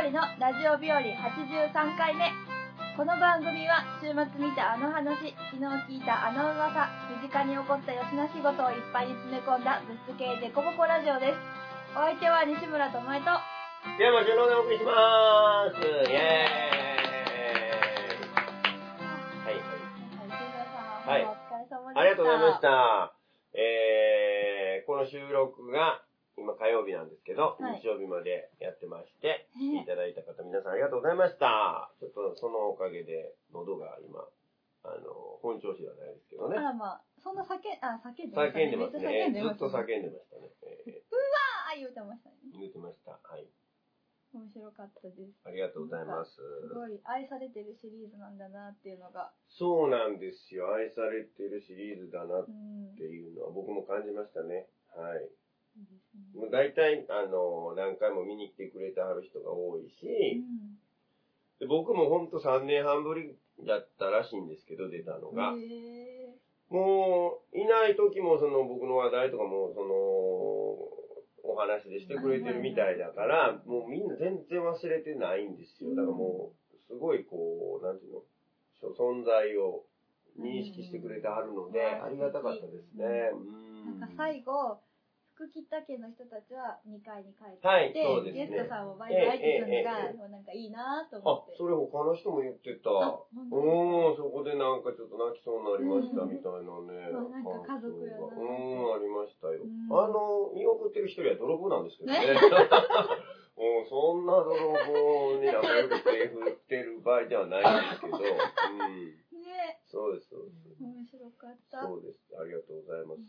りのラジオ日和83回目。この番組は週末見たあの話、昨日聞いたあの噂、身近に起こったよしな仕事をいっぱいに詰め込んだぶつ系デコボコラジオです。お相手は西村智恵と山潤でお送りしまーす。イェーイ。はいはい、西村さん、お疲れ様でした。 ありがとうございました。この収録が今火曜日なんですけど、日曜日までやってまして、来ていただいた方皆さんありがとうございました。ちょっとそのおかげで喉が今、本調子ではないですけどね。 あらまあ、そんな叫んでますね。ずっと叫んでましたね。 うわー言うてましたね。 言うてました。はい。 面白かったです。 ありがとうございます。 すごい愛されてるシリーズなんだなっていうのが。 そうなんですよ。愛されてるシリーズだなっていうのは僕も感じましたね。はい。もう大体、何回も見に来てくれてはる人が多いし、で僕もほんと3年半ぶりだったらしいんですけど、出たのが。もう、いない時も僕の話題とかも、お話でしてくれてるみたいだから、もうみんな全然忘れてないんですよ。だからもう、すごいこう、なんていうの、存在を認識してくれてはるので、ありがたかったですね。 なんか最後、福北家の人たちは2階に帰って、 そうですね、 ゲストさんもバイバイってするのが、なんかいいなと思って。 それ他の人も言ってた。そこでなんかちょっと泣きそうになりましたみたいなね。 なんか家族やな。 ありましたよ。見送ってる一人は泥棒なんですけどね。もうそんな泥棒に仲良く手振ってる場合ではないんですけど。そうです、そうです。 面白かった。 そうです。ありがとうございます。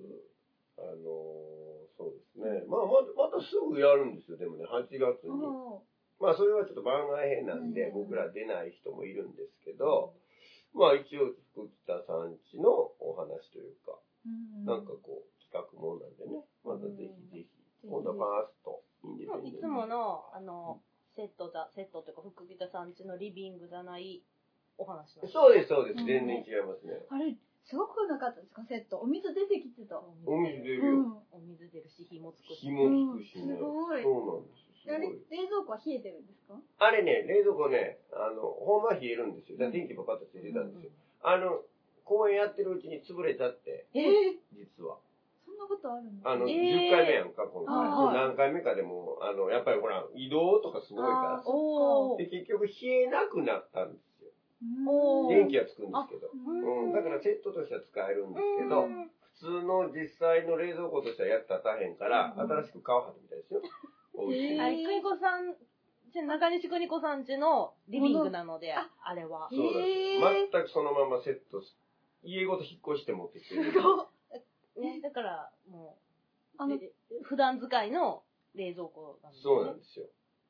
そうですね。またすぐやるんですよ。でもね、8月に。まあ、それはちょっと番外編なんで、僕ら出ない人もいるんですけど、まあ、一応、福北さんちのお話というか、なんかこう、企画もんなんでね、またぜひぜひ、今度はファースト、 いつもの、セットというか、福北さんちのリビングじゃないお話なんですか？ そうです、そうです。全然違いますね。 あれすごくなかったですか、セット。お水出てきてた。 お水出るよ。 お水出るし、火もつくし。 火もつくしね。 すごい。 そうなんです。 あれ、冷蔵庫は冷えてるんですか？ あれね、冷蔵庫ね、ほんまは冷えるんですよ。電気パパッとついてたんですよ。公演やってるうちに潰れちゃって。実は。 そんなことあるんですか？10回目やんか、今回。何回目かでも、やっぱりほら、移動とかすごいからさ。で、結局冷えなくなったんですよ。電気はつくんですけど。だからセットとしては使えるんですけど、普通の実際の冷蔵庫としてはやったら大変から、新しく買わはったみたいですよ。 邦子さん、中西邦子さんちのリビングなので、あれは。 そうだ。全くそのままセット、家ごと引っ越して持ってきてる。 ね、だから、もう、普段使いの冷蔵庫なんですね。 そうなんですよ。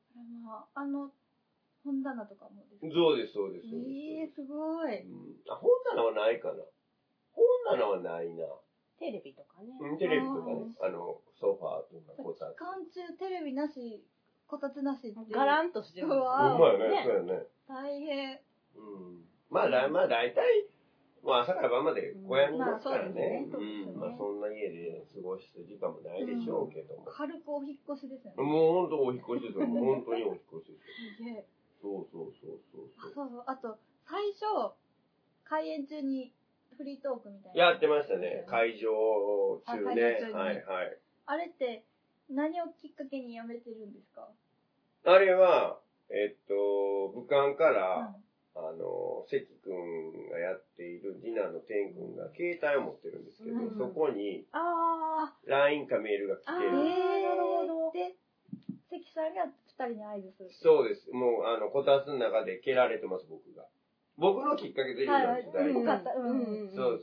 本棚とかもですか？ そうです、そうです。 すごい。 本棚はないかな。本棚はないな。 テレビとかね。 テレビとかね。ソファーとかこたつ。期間中テレビなし、こたつなしって。 ガランとしてる。 ほんまやね、そうやね。 大変。 まあ大体、もう朝から晩まで小屋にいますからね。まあそんな家で過ごす時間もないでしょうけども。 軽くお引っ越しですよね。 もう本当お引っ越しですよ。本当にお引っ越しですよ。そう。 あと、最初、開演中にフリートークみたいな。やってましたね。会場中ね。はい。 あれって、何をきっかけにやめてるんですか？ あれは、武漢から、関くんがやっている次男の天くんが携帯を持ってるんですけど、そこに、LINE かメールが来てる。 なるほど。で、関さんが2人に合図する。 そうです。もう、こたつの中で蹴られてます、僕が。僕のきっかけで言うんです、大体。そう。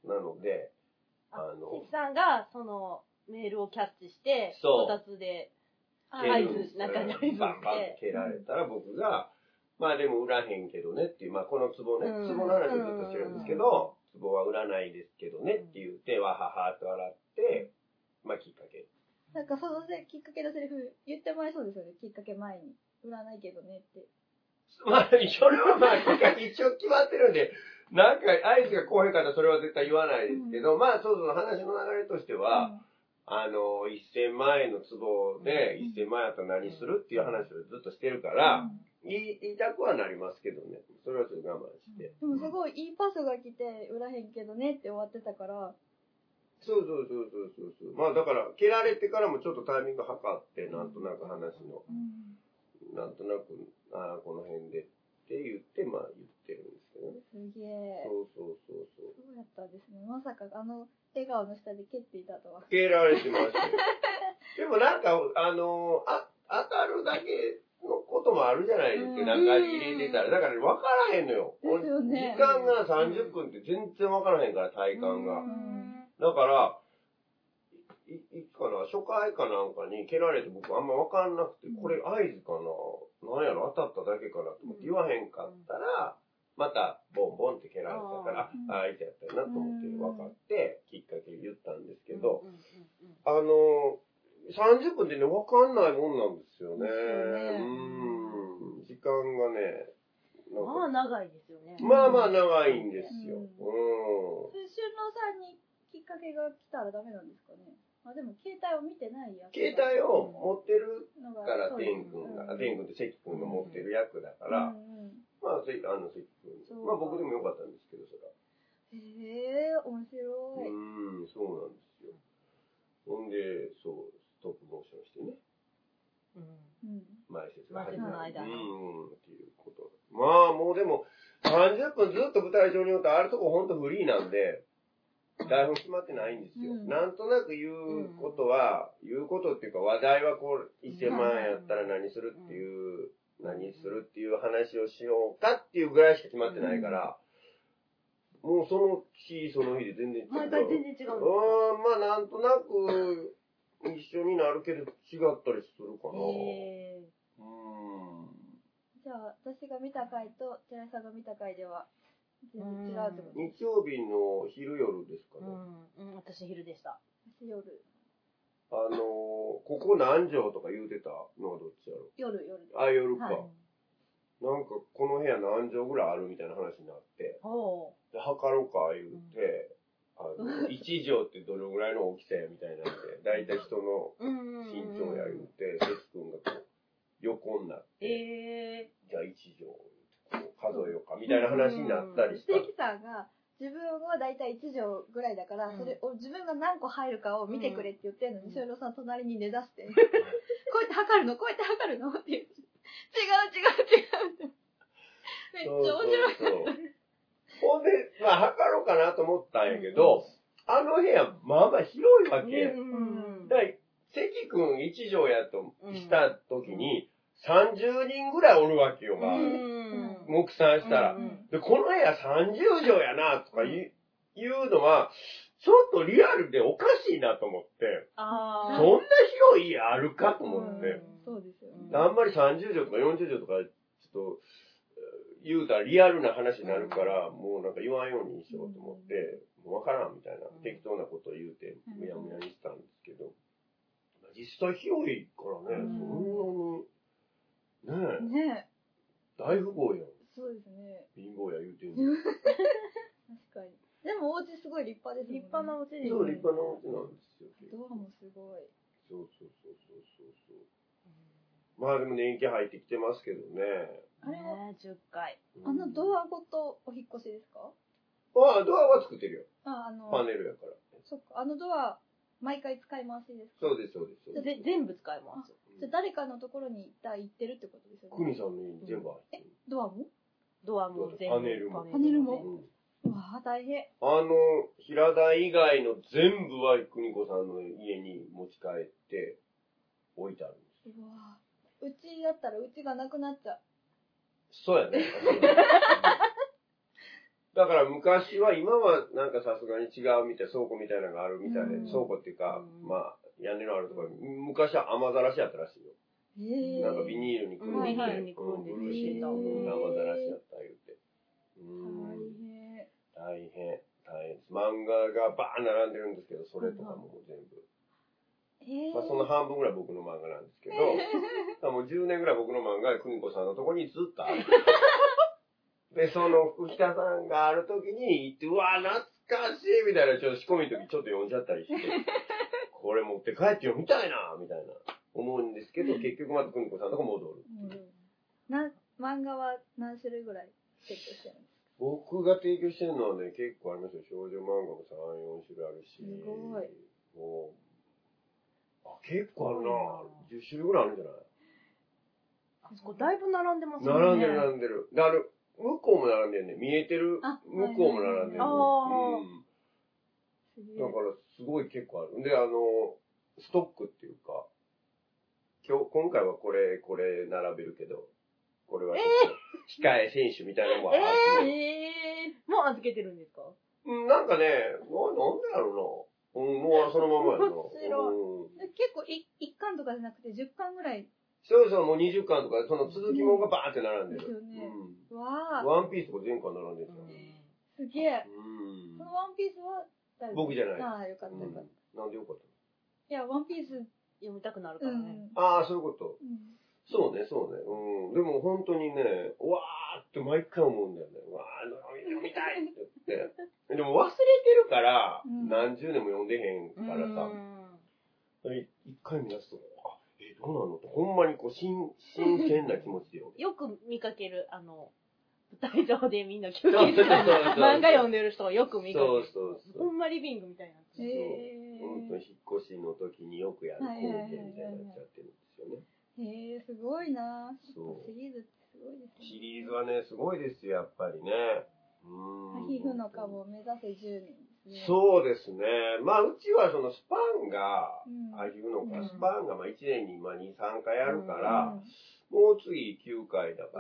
なので、 関さんが、メールをキャッチして、こたつで、中に合図して。 バンバンって蹴られたら僕が、まあでも売らへんけどねっていう、まあこの壺ね、壺の話をずっとしてるんですけど、壺は売らないですけどねって言って、わははって笑って、まあきっかけ。 なんかそのきっかけのセリフ言ってもらえそうですよね、きっかけ前に。売らないけどねって。 まあ、それはまあきっかけ一応決まってるんで、なんか合図が来へんかったらそれは絶対言わないですけど、まあそう話の流れとしては、 1000万円の壺で1000万円やったら何するっていう話をずっとしてるから、言いたくはなりますけどね。それはちょっと我慢して。 でもすごいいいパスが来て、売らへんけどねって終わってたから。 そう。まあだから、蹴られてからもちょっとタイミング測って、なんとなく話の、なんとなく、この辺でって言って、まあ言ってるんですけどね。 すげえ。 そう。 そうやったんですね。まさか笑顔の下で蹴っていたとは。 蹴られてましたよ。でもなんか、当たるだけのこともあるじゃないですか。なんか入れてたら。だから分からへんのよ。 ですよね。 時間が30分って全然分からへんから、体感が。だから、いつかな、初回かなんかに蹴られて僕あんま分かんなくて、これ合図かな、なんやろ、当たっただけかなと思って言わへんかったら、またボンボンって蹴られたから、相手やったなと思って分かって、きっかけ言ったんですけど、30分でね、分かんないもんなんですよね。時間がね、 まあ長いですよね。 まあ長いんですよ。 俊郎さんにきっかけが来たらダメなんですかね。でも携帯を見てないやつ。 携帯を持ってるから、天君って関君が持ってる役だから、まあ、関君。まあ僕でもよかったんですけど、それは。 へえ、面白い。 そうなんですよ。ほんで、ストップモーションしてね。前説が始まる間。 っていうこと。まあもうでも、30分ずっと舞台上におったら、あるとこほんとフリーなんで、台本決まってないんですよ。なんとなく言うことっていうか話題はこう、1000万円やったら何するっていう話をしようかっていうぐらいしか決まってないから、もうその日で全然違う。 毎回全然違う。 まあなんとなく一緒になるけど違ったりするかな。 じゃあ、私が見た回と寺井さんが見た回では、全然違うってこと日曜日の昼夜ですかね。 私昼でした。 私夜。 ここ何畳とか言うてたのはどっちやろ？ 夜で。 夜か。なんかこの部屋何畳ぐらいあるみたいな話になって、で、測ろうか言うて、1畳ってどれぐらいの大きさやみたいなんで、だいたい人の身長や言うて、関君がこう、横になって、じゃあ1畳数えようかみたいな話になったりした。 関さんが自分はだいたい1畳ぐらいだから、それを自分が何個入るかを見てくれって言ってるのに、俊郎さん隣に寝出して、こうやって測るのって言う。違うって。めっちゃ面白い。 ほんで、まあ測ろうかなと思ったんやけど、あの部屋、まあまあ広いわけ。だから、関君1畳やとした時に、30人ぐらいおるわけよ、まあ。目算したら。で、この部屋30畳やな、とか言うのは、ちょっとリアルでおかしいなと思って、そんな広い家あるかと思って、 そうですよね。 あんまり30畳とか40畳とか、ちょっと、言うたらリアルな話になるから、もうなんか言わんようにしようと思って、もうわからんみたいな、適当なことを言うて、むやむやにしたんですけど、実際広いからね、そんなに、ねえ、大富豪やん。 そうですね。 貧乏や言うてんの。 確かに。でもお家すごい立派ですもんね。 立派なお家です。 そう、立派なお家なんですよ。 ドアもすごい。 そう。まあでも年季入ってきてますけどね。 あれは10回。 ドアごとお引っ越しですか？ ドアは作ってるよ。パネルやから。 そっか、ドア、毎回使い回しですか？ そうです。 全部使います。 じゃあ誰かのところに行ってるってことですよね。 クミさんの家に全部入ってる。 ドアも全部。 パネルも。うわぁ、大変。 平田以外の全部は邦子さんの家に持ち帰って置いてあるんです。 うわぁ。うちだったらうちがなくなっちゃう。 そうやね。だから昔は、今はなんかさすがに違うみたい、倉庫みたいなのがあるみたいで、倉庫っていうか、まあ、屋根のあるところに、昔は雨ざらしやったらしいよ。なんかビニールにくるんで、ブルーシート、雨ざらしやった言うて。大変です。漫画がバーン並んでるんですけど、それとかも全部。まあその半分ぐらい僕の漫画なんですけど、もう10年ぐらい僕の漫画が邦子さんのところにずっとある。で、その福北さんがある時に行って、うわ、懐かしいみたいな、ちょっと仕込みの時ちょっと読んじゃったりして、 これ持って帰って読みたいな、みたいな思うんですけど、結局また邦子さんとか戻る。 漫画は何種類ぐらい提供してるんですか？ 僕が提供してるのはね、結構ありますよ。少女漫画も3、4種類あるし。 すごい。 もう、結構あるな。10種類ぐらいあるんじゃない？ あそこだいぶ並んでますね。 並んでる。向こうも並んでるね。見えてる向こうも並んでる。だからすごい結構ある。で、ストックっていうか、今回はこれ並べるけど、これはちょっと控え選手みたいなのもあって。 もう預けてるんですか？ なんかね、なんでやろうな。もうそのままやな。 面白い。結構1巻とかじゃなくて10巻ぐらい。 そうそう、もう20巻とか、その続きもんがバーって並んでる。 ですよね。わー。 ワンピースとか全巻並んでる。 すげえ。そのワンピースは僕じゃない。 ああ、よかったよかった。 なんでよかったの？ いや、ワンピース読みたくなるからね。 ああ、そういうこと。そうね。でも本当にね、うわーって毎回思うんだよね。うわー、読みたいって言って。でも忘れてるから、何十年も読んでへんからさ、一回見出すと、どうなのって、ほんまにこう、新鮮な気持ちで読む。 よく見かける、舞台上でみんな休憩時間に漫画読んでる人をよく見かける。そう。ほんまリビングみたいな。 そう。本当に引っ越しの時によくやる光景みたいになっちゃってるんですよね。 すごいなぁ。シリーズってすごいですね。 シリーズはね、すごいですよ、やっぱりね。 皮膚の顔を目指せ10年ですね。 そうですね。まあ、うちはそのスパンが、皮膚の顔、スパンがまあ1年に2、3回あるから、もう次9回だから、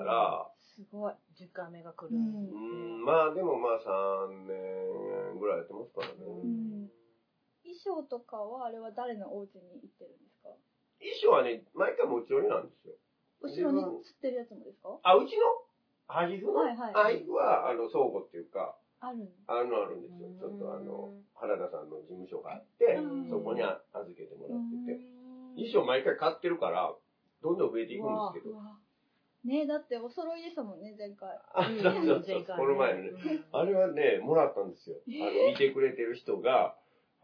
すごい。 10回目が来る。 まあでもまあ3年ぐらいやってますからね。 衣装とかは、あれは誰のお家に行ってるんですか？ 衣装はね、毎回持ち寄りなんですよ。 後ろに釣ってるやつもですか？ うちの配布の配布は、倉庫っていうか、あるんですよ。ちょっと原田さんの事務所があって、そこに預けてもらってて。衣装毎回買ってるから、どんどん増えていくんですけど。 ねえ、だってお揃いでしたもんね、前回。 そう、この前のね。あれはね、もらったんですよ。見てくれてる人が、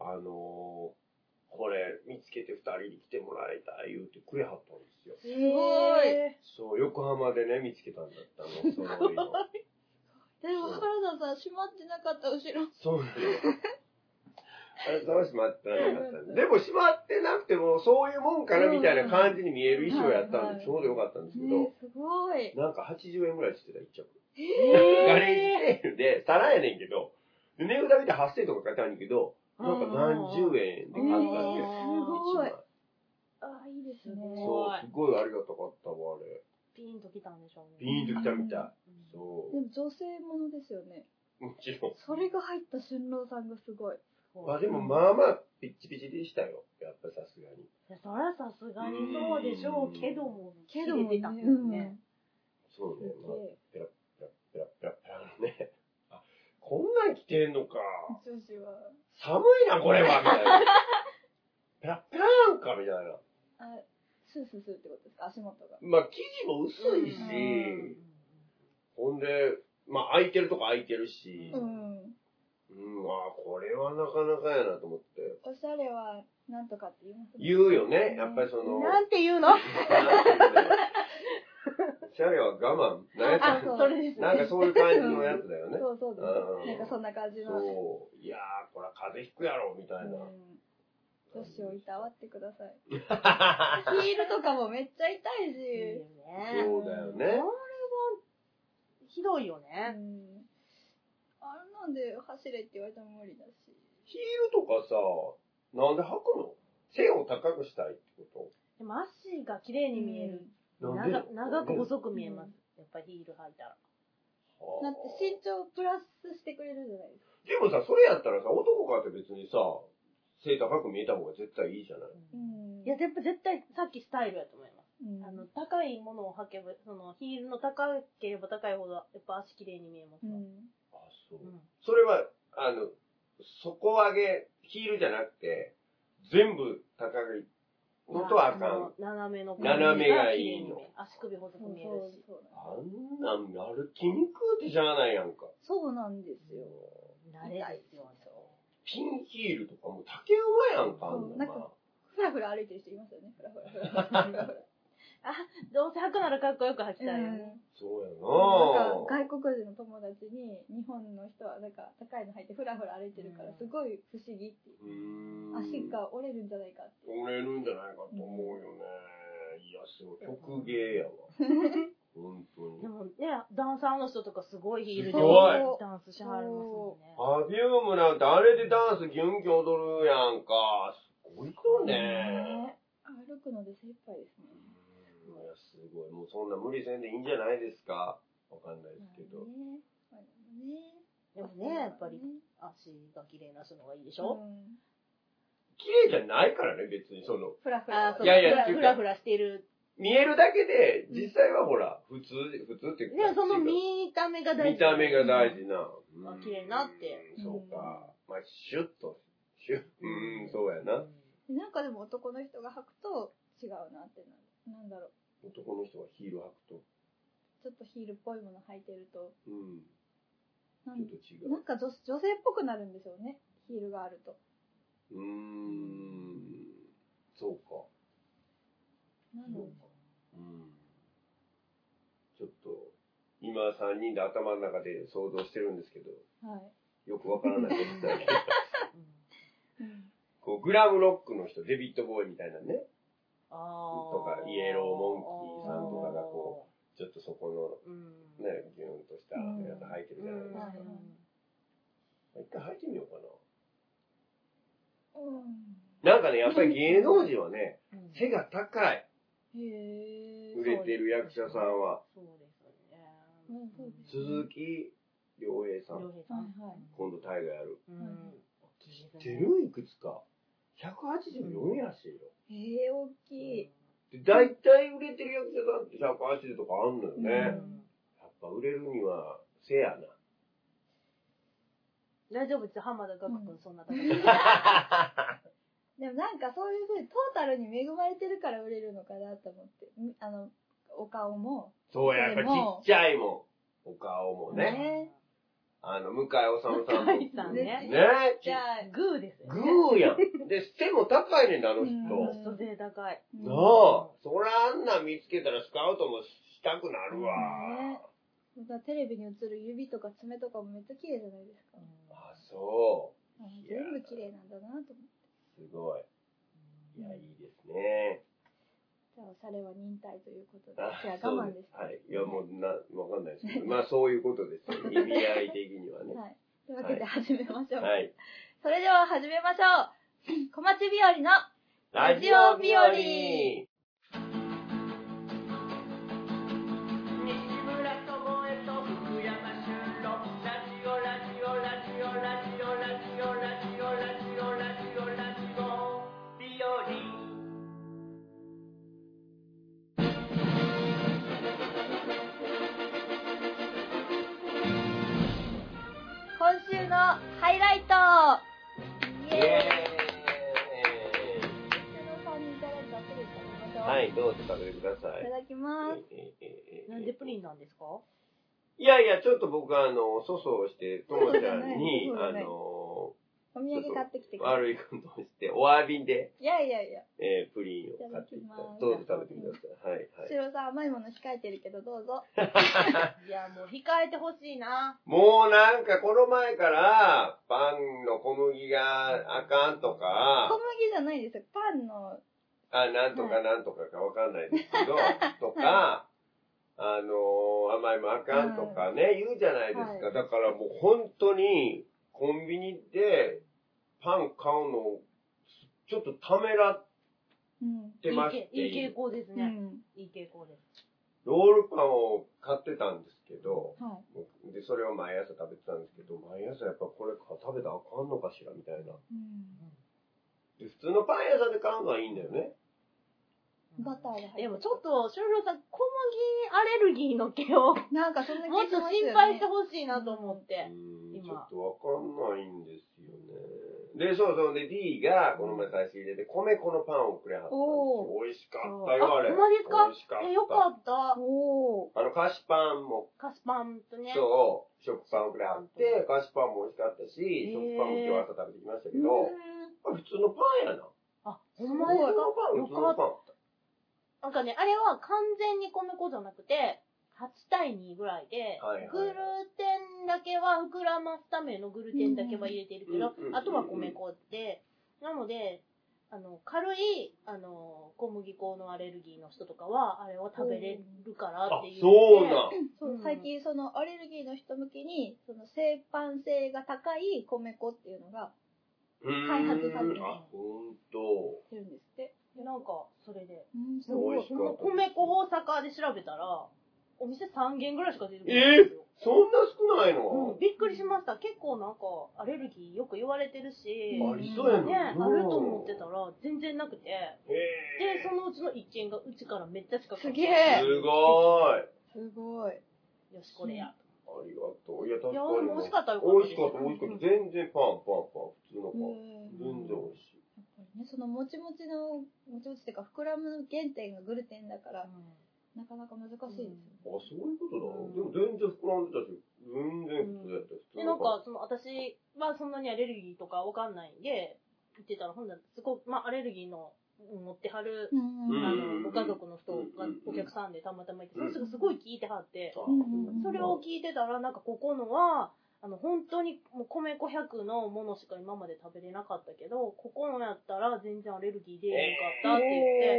これ見つけて2人に来てもらいたい言うてくれはったんですよ。 すごい。 そう、横浜でね、見つけたんだったの、その色。 でも、原田さん、閉まってなかった、後ろ。 そうなのよ。あれ、閉まってなかったんで。でも閉まってなくても、そういうもんかなみたいな感じに見える衣装やったんで、ちょうどよかったんですけど。 すごい。 なんか80円ぐらいしてた、1着。ガレージセールで、さらやねんけど、値札見て8000とか書いてあるんだけど、なんか何十円で買ったんで。 すごい。あ、いいですね。 そう、すごいありがたかったわ、あれ。 ピーンときたんでしょうね。 ピーンときたみたい。そう。 でも女性ものですよね。 もちろん。 それが入った春郎さんがすごい。 まあでもまあまあピッチピチでしたよ。やっぱさすがに。 そりゃさすがにそうでしょうけども、 けども出たんですね。 そうね。まあ、ペラペラね。あ、こんなん着てんのか。 女子は。 寒いな、これは、みたいな。ペラペラやんか、みたいな。 スースーするってことですか、足元が。 まあ生地も薄いし、ほんで、まあ空いてるとこ空いてるし、これはなかなかやなと思って。 おしゃれはなんとかって言いますね。 言うよね。やっぱりその。 なんて言うの？ おしゃれは我慢。 それですね。 なんかそういう感じのやつだよね。 そうです。なんかそんな感じの。 そう。いやー、これは風邪ひくやろ、みたいな。 女子をいたわってください。ヒールとかもめっちゃ痛いし。 そうだよね。 これは、ひどいよね。 あれなんで走れって言われても無理だし。 ヒールとかさ、なんで履くの？背を高くしたいってこと？ でも足が綺麗に見える。長く細く見えます。やっぱりヒール履いたら。 だって身長プラスしてくれるじゃないですか。 でもさ、それやったらさ、男かって別にさ、背高く見えた方が絶対いいじゃない？ いや、絶対さっきスタイルやと思います。高いものを履けば、そのヒールの高ければ高いほど、やっぱ足綺麗に見えますわ。 あ、そう。それは、底上げ、ヒールじゃなくて、全部高いのとあかん。 斜めの斜めがいいの。 足首細く見えるし。 あんなん歩きにくうてしゃあないやんか。 そうなんですよ。 慣れですよね。 ピンヒールとかも竹馬やなんかあんのなんか、ふらふら歩いてる人いますよね。ふらふら。 あ、どうせ履くならかっこよく履きたいよね。 そうやなんなか外国人の友達に日本の人はなんか高いの履いてふらふら歩いてるからすごい不思議っていう。足が折れるんじゃないかって。 折れるんじゃないかと思うよね。いや、すごい。曲芸やわ。本当に。 でもね、ダンサーの人とかすごいヒールでダンスしはりますもんね。 パフュームなんてあれでダンスギュンギュン踊るやんか。すごいよね。 歩くので精一杯ですね。 いや、すごい。もうそんな無理せんでいいんじゃないですか。わかんないですけど。 でもね、やっぱり足が綺麗な人の方がいいでしょ。 綺麗じゃないからね、別にその。 ふらふら。 いやいや、ふらふらしてる。 見えるだけで、実際はほら、普通っていうか。 いや、その見た目が大事。 見た目が大事な。 綺麗なって。 そうか。まあ、シュッと。そうやな。 なんかでも男の人が履くと違うなってなんだろう。 男の人がヒール履くと。 ちょっとヒールっぽいもの履いてると。 ちょっと違う。 なんか女性っぽくなるんでしょうね。ヒールがあると。 そうか。 なんだろう。 ちょっと、今3人で頭の中で想像してるんですけど、 はい、 よくわからないですね。こうグラムロックの人、デビッド・ボーイみたいなね。とか、イエローモンキーさんとかがこう、ちょっとそこの、ね、ギューンとしたやつ履いてるじゃないですか。一回履いてみようかな。なんかね、やっぱり芸能人はね、背が高い。売れてる役者さんは。 そうですね。 鈴木亮平さん。今度大河やる。知ってる？いくつか。184やらしいよ。 大きい。 だいたい売れてる役者さんって180とかあんのよね。やっぱ売れるには、背やな。 大丈夫ですよ、浜田岳君そんな高い。 でもなんかそういうふうにトータルに恵まれてるから売れるのかなと思って。お顔も。 そうや、やっぱちっちゃいもん。お顔もね。向井治さん。 向井さんね。 ね。 じゃあ、グーですよ。 グーやん。で、背も高いねんだ、あの人。 背高い。 なあ。そらあんなん見つけたらスカウトもしたくなるわ。 テレビに映る指とか爪とかもめっちゃ綺麗じゃないですか。 あ、そう。 全部綺麗なんだなと思って。 すごい。いや、いいですね。 じゃあ、おしゃれは忍耐ということで。じゃあ、我慢です。 はい。いや、もう、わかんないですけど。まあ、そういうことですよ。意味合い的にはね。 はい。というわけで、始めましょう。 はい。 それでは、始めましょう。小町日和の、 ラジオ日和。 今週のハイライトイエーイ。 はい、どうぞ食べてください。 いただきます。 なんでプリンなんですか？ いやいや、ちょっと僕は粗相してともちゃんにお土産買ってきてください。 悪いことをしてお詫びでいやプリンを買ってきた。どうぞ食べてください。はいはい。 白さん甘いもの控えてるけどどうぞ。 いやもう控えてほしいな。 もうなんかこの前からパンの小麦があかんとか。 小麦じゃないですよ。パンの。 なんとかなんとかかわかんないですけど、とか、甘いもあかんとかね、言うじゃないですか。だからもう本当にコンビニでパン買うのちょっとためらってまして。 いい傾向ですね。いい傾向です。 ロールパンを買ってたんですけど、で、それを毎朝食べてたんですけど、毎朝やっぱこれ食べたらあかんのかしらみたいな。で普通のパン屋さんで買うのはいいんだよね。 バターが入って。 でもちょっと、しょうろさん、小麦アレルギーの毛を、 なんかそんな気もっと心配してほしいなと思って。 今。ちょっとわかんないんですよね。 で、そうそう。で、D がこの前差し入れで米粉のパンをくれはったんですよ。美味しかったよ、あれ。 ほんまですか？ 美味しかった。 よかった。 菓子パンも。 菓子パンとね。 そう、食パンをくれはって、菓子パンも美味しかったし、食パンも今日朝食べてきましたけど、普通のパンやな。 あ、ほんまですか？ 普通のパン。 なんかね、あれは完全に米粉じゃなくて、8対2ぐらいで、グルテンだけは膨らますためのグルテンだけは入れてるけど、あとは米粉で、なので、軽い、小麦粉のアレルギーの人とかは、あれを食べれるからっていう。 そうなん。 そう、最近そのアレルギーの人向けに、その生パン性が高い米粉っていうのが、開発されてる。 あ、ほんと。 るんですって。 で、なんか、それで。 すごい。 米粉大阪で調べたら、お店3軒ぐらいしか出てこないんですよ。 そんな少ないの？ びっくりしました。結構なんか、アレルギーよく言われてるし、 ありそうやね、あると思ってたら、全然なくて。で、そのうちの1軒がうちからめっちゃ近くて。 すげえ。 すごい。 すごい。 よし、これや。 ありがとう。いや、確かに。 美味しかったよ。 美味しかった、美味しかった。全然パン、普通のパン。全然美味しい。 やっぱりね、そのもちもちっていうか、膨らむ原点がグルテンだから、なかなか難しいですよ。 あ、そういうことだ。でも全然膨らんでたし、全然普通やったし。 で、なんか、私はそんなにアレルギーとかわかんないんで、言ってたら、ほんなら、すごく、アレルギーの持ってはる、ご家族の人がお客さんでたまたまいて、その人がすごい聞いてはって、それを聞いてたら、なんかここのは、本当にもう米粉100のものしか今まで食べれなかったけど、ここのやったら全然アレルギー出えへんかったって言って、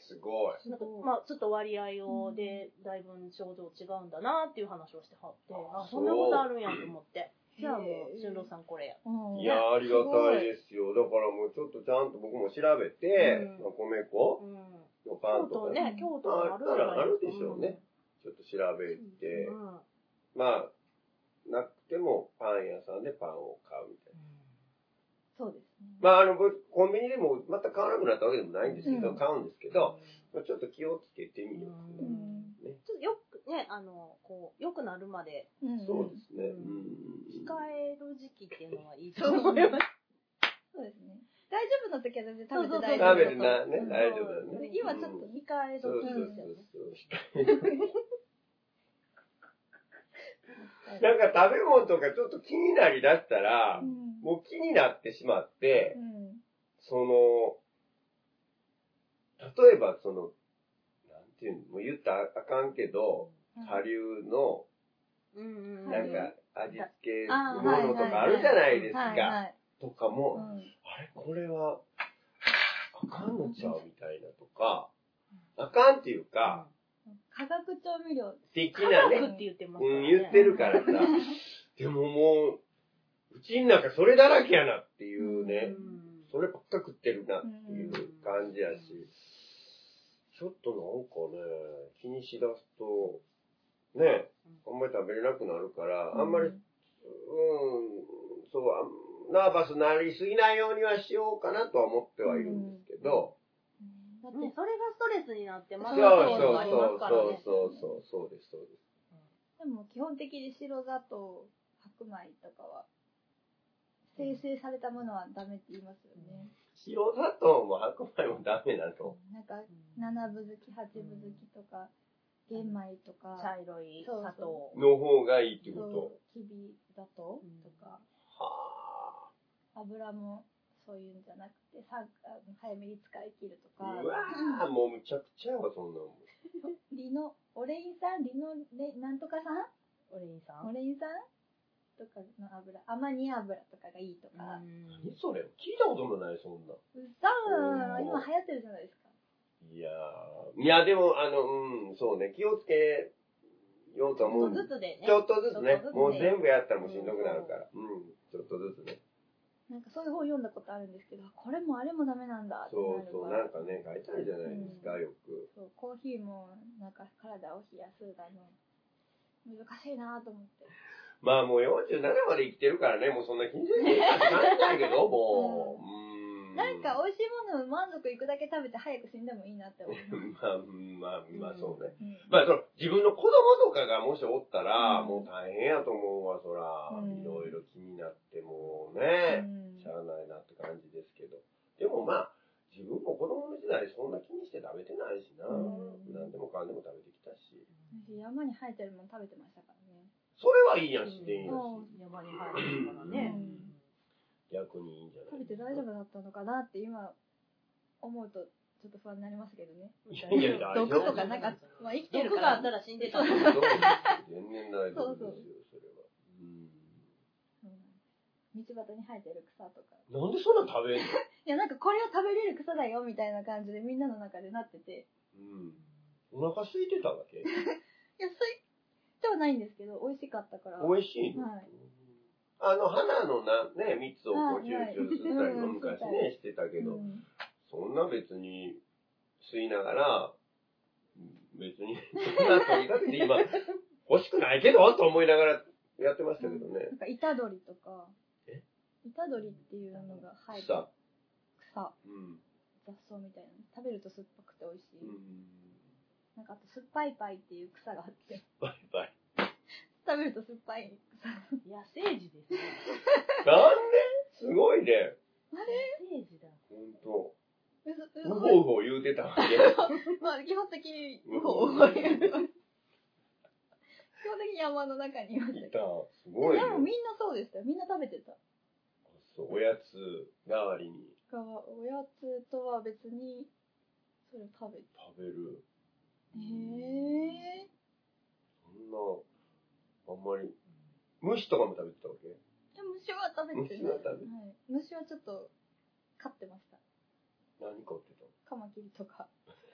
すごい。 なんかちょっと割合をで、だいぶ症状違うんだなっていう話をしてはって、あ、そんなことあるんやと思って。じゃあもう、俊郎さんこれや。 いや、ありがたいですよ。だからもうちょっとちゃんと僕も調べて、米粉のパンとかね、 京都あったらあるでしょうね。ちょっと調べて、まあ、なくてもパン屋さんでパンを買うみたいな。 そうですね。 まあ、コンビニでも全く買わなくなったわけでもないんですけど、買うんですけど、ちょっと気をつけてみよう。 ね、ちょっとよくね、こう、良くなるまで。 そうですね。 控える時期っていうのはいいと思います。 そうですね。大丈夫な時は全然食べて大丈夫。 食べるな、ね、大丈夫だね。 今ちょっと控え時ですよね。 なんか食べ物とかちょっと気になりだしたら、もう気になってしまって、例えばなんていうの、もう言ったらあかんけど、顆粒の、なんか味付けのものとかあるじゃないですか。とかも、あれこれは、あかんのちゃうみたいなとか、あかんっていうか、 化学調味料的なね。 って言ってますからね。 言ってるからさ。でももう、うちん中それだらけやなっていうね。そればっか食ってるなっていう感じやし。ちょっとなんかね、気にしだすと、ね、あんまり食べれなくなるから、あんまり、ナーバスなりすぎないようにはしようかなとは思ってはいるんですけど、 だってそれがストレスになってますそうです。 でも基本的に白砂糖、白米とかは、生成されたものはダメって言いますよね。 白砂糖も白米もダメなの？ なんか、7分好き、8分好きとか、玄米とか、 茶色い砂糖の方がいいってこと？ きび砂糖とか、油も、そういうんじゃなくて、早めに使い切るとか。 うわー、もうむちゃくちゃやわ、そんなもん。 オレイン酸なんとかさんオレイン酸とかの油、アマニ油とかがいいとか。 何それ？聞いたこともない、そんな。 今流行ってるじゃないですか。 いや、でも、そうね、気をつけようと思う。 ちょっとずつでね。 ちょっとずつね。もう全部やったらもうしんどくなるから。ちょっとずつね。 なんかそういう本読んだことあるんですけど、これもあれもダメなんだってなるから。そう、なんかね、書いてあるじゃないですか、よく。 そう、コーヒーも、なんか体を冷やすだの、難しいなと思って。 まあもう47まで生きてるからね、もうそんな気にせずにいいかって感じだけど、もう、 なんか美味しいものを満足いくだけ食べて早く死んでもいいなって思う。 まあそうね。まあ自分の子供とかがもしおったら、もう大変やと思うわ、そら。いろいろ気になってもね、しゃあないなって感じですけど。でもまあ、自分も子供の時代そんな気にして食べてないしな。何でもかんでも食べてきたし。 山に生えてるもの食べてましたからね。 それはいいやん、自然やし。 山に生えてるからね。 逆にいいんじゃない？ 食べて大丈夫だったのかなって今思うとちょっと不安になりますけどね。毒とかなかった。まあ生きてるから。 毒があったら死んでた。 全然大丈夫ですよ、それは。 道端に生えてる草とか。 なんでそんな食べんの？いや、なんかこれは食べれる草だよみたいな感じでみんなの中でなってて。 お腹空いてたわけ？いや、 空いてはないんですけど、美味しかったから。 美味しいの？はい。花のね、蜜をこうチューチュー吸ったりも昔ね、してたけど、そんな別に吸いながら、別に、そんな取りかけて今、欲しくないけどと思いながらやってましたけどね。 なんか、イタドリとか、イタドリっていうのが生えてる。草。雑草みたいな。食べると酸っぱくて美味しい。なんか、あと、酸っぱいパイっていう草があって。 酸っぱいパイ。 食べると酸っぱい草。 野生児ですね。 なんですごいね。 あれ野生児だ。 ほんと。 うほうほう言うてたわけ。 まあ、基本的に、うほうほう言うてます。基本的に山の中にいました。 すごいね。 でもみんなそうでしたよ。みんな食べてた。 そう、おやつ代わりに。 おやつとは別に、それを食べる。そんな、あんまり、虫とかも食べてたわけ？ 虫は食べてる。虫はちょっと、飼ってました。 何飼ってたの？ カマキリとか。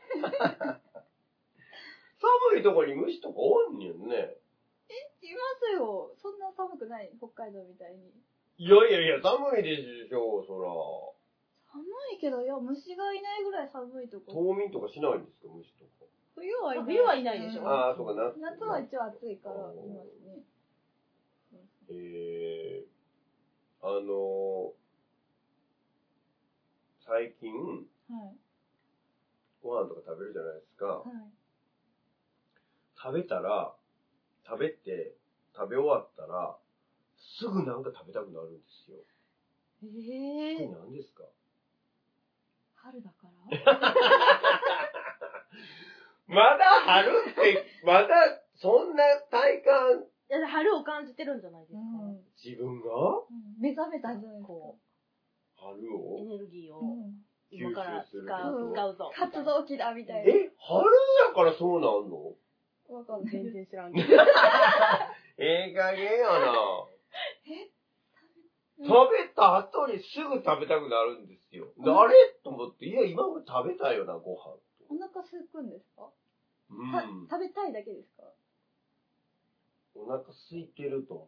寒いとこに虫とかおんねんね。 いますよ。そんな寒くない、北海道みたいに。 いや、寒いでしょ、そら。 寒いけど、いや、虫がいないぐらい寒いとこ。 冬眠とかしないんですか、虫とか。 冬はいないでしょ。 ああ、そうかな。 夏は一応暑いからいますね。 最近、ご飯とか食べるじゃないですか。食べ終わったら、すぐなんか食べたくなるんですよ。これ何ですか？ 春だからまだ春って、まだそんな体感。 春を感じてるんじゃないですか。 自分が目覚めたんじゃないですか。 春をエネルギーを今から使うぞ。 活動期だみたいな。 春やからそうなんの？ わかんない。 全然知らんけど。 ええ加減やな。食べた後にすぐ食べたくなるんですよ。あれと思って、いや、今も食べたよな、ご飯。 お腹空くんですか？食べたいだけですか？ お腹空いてると。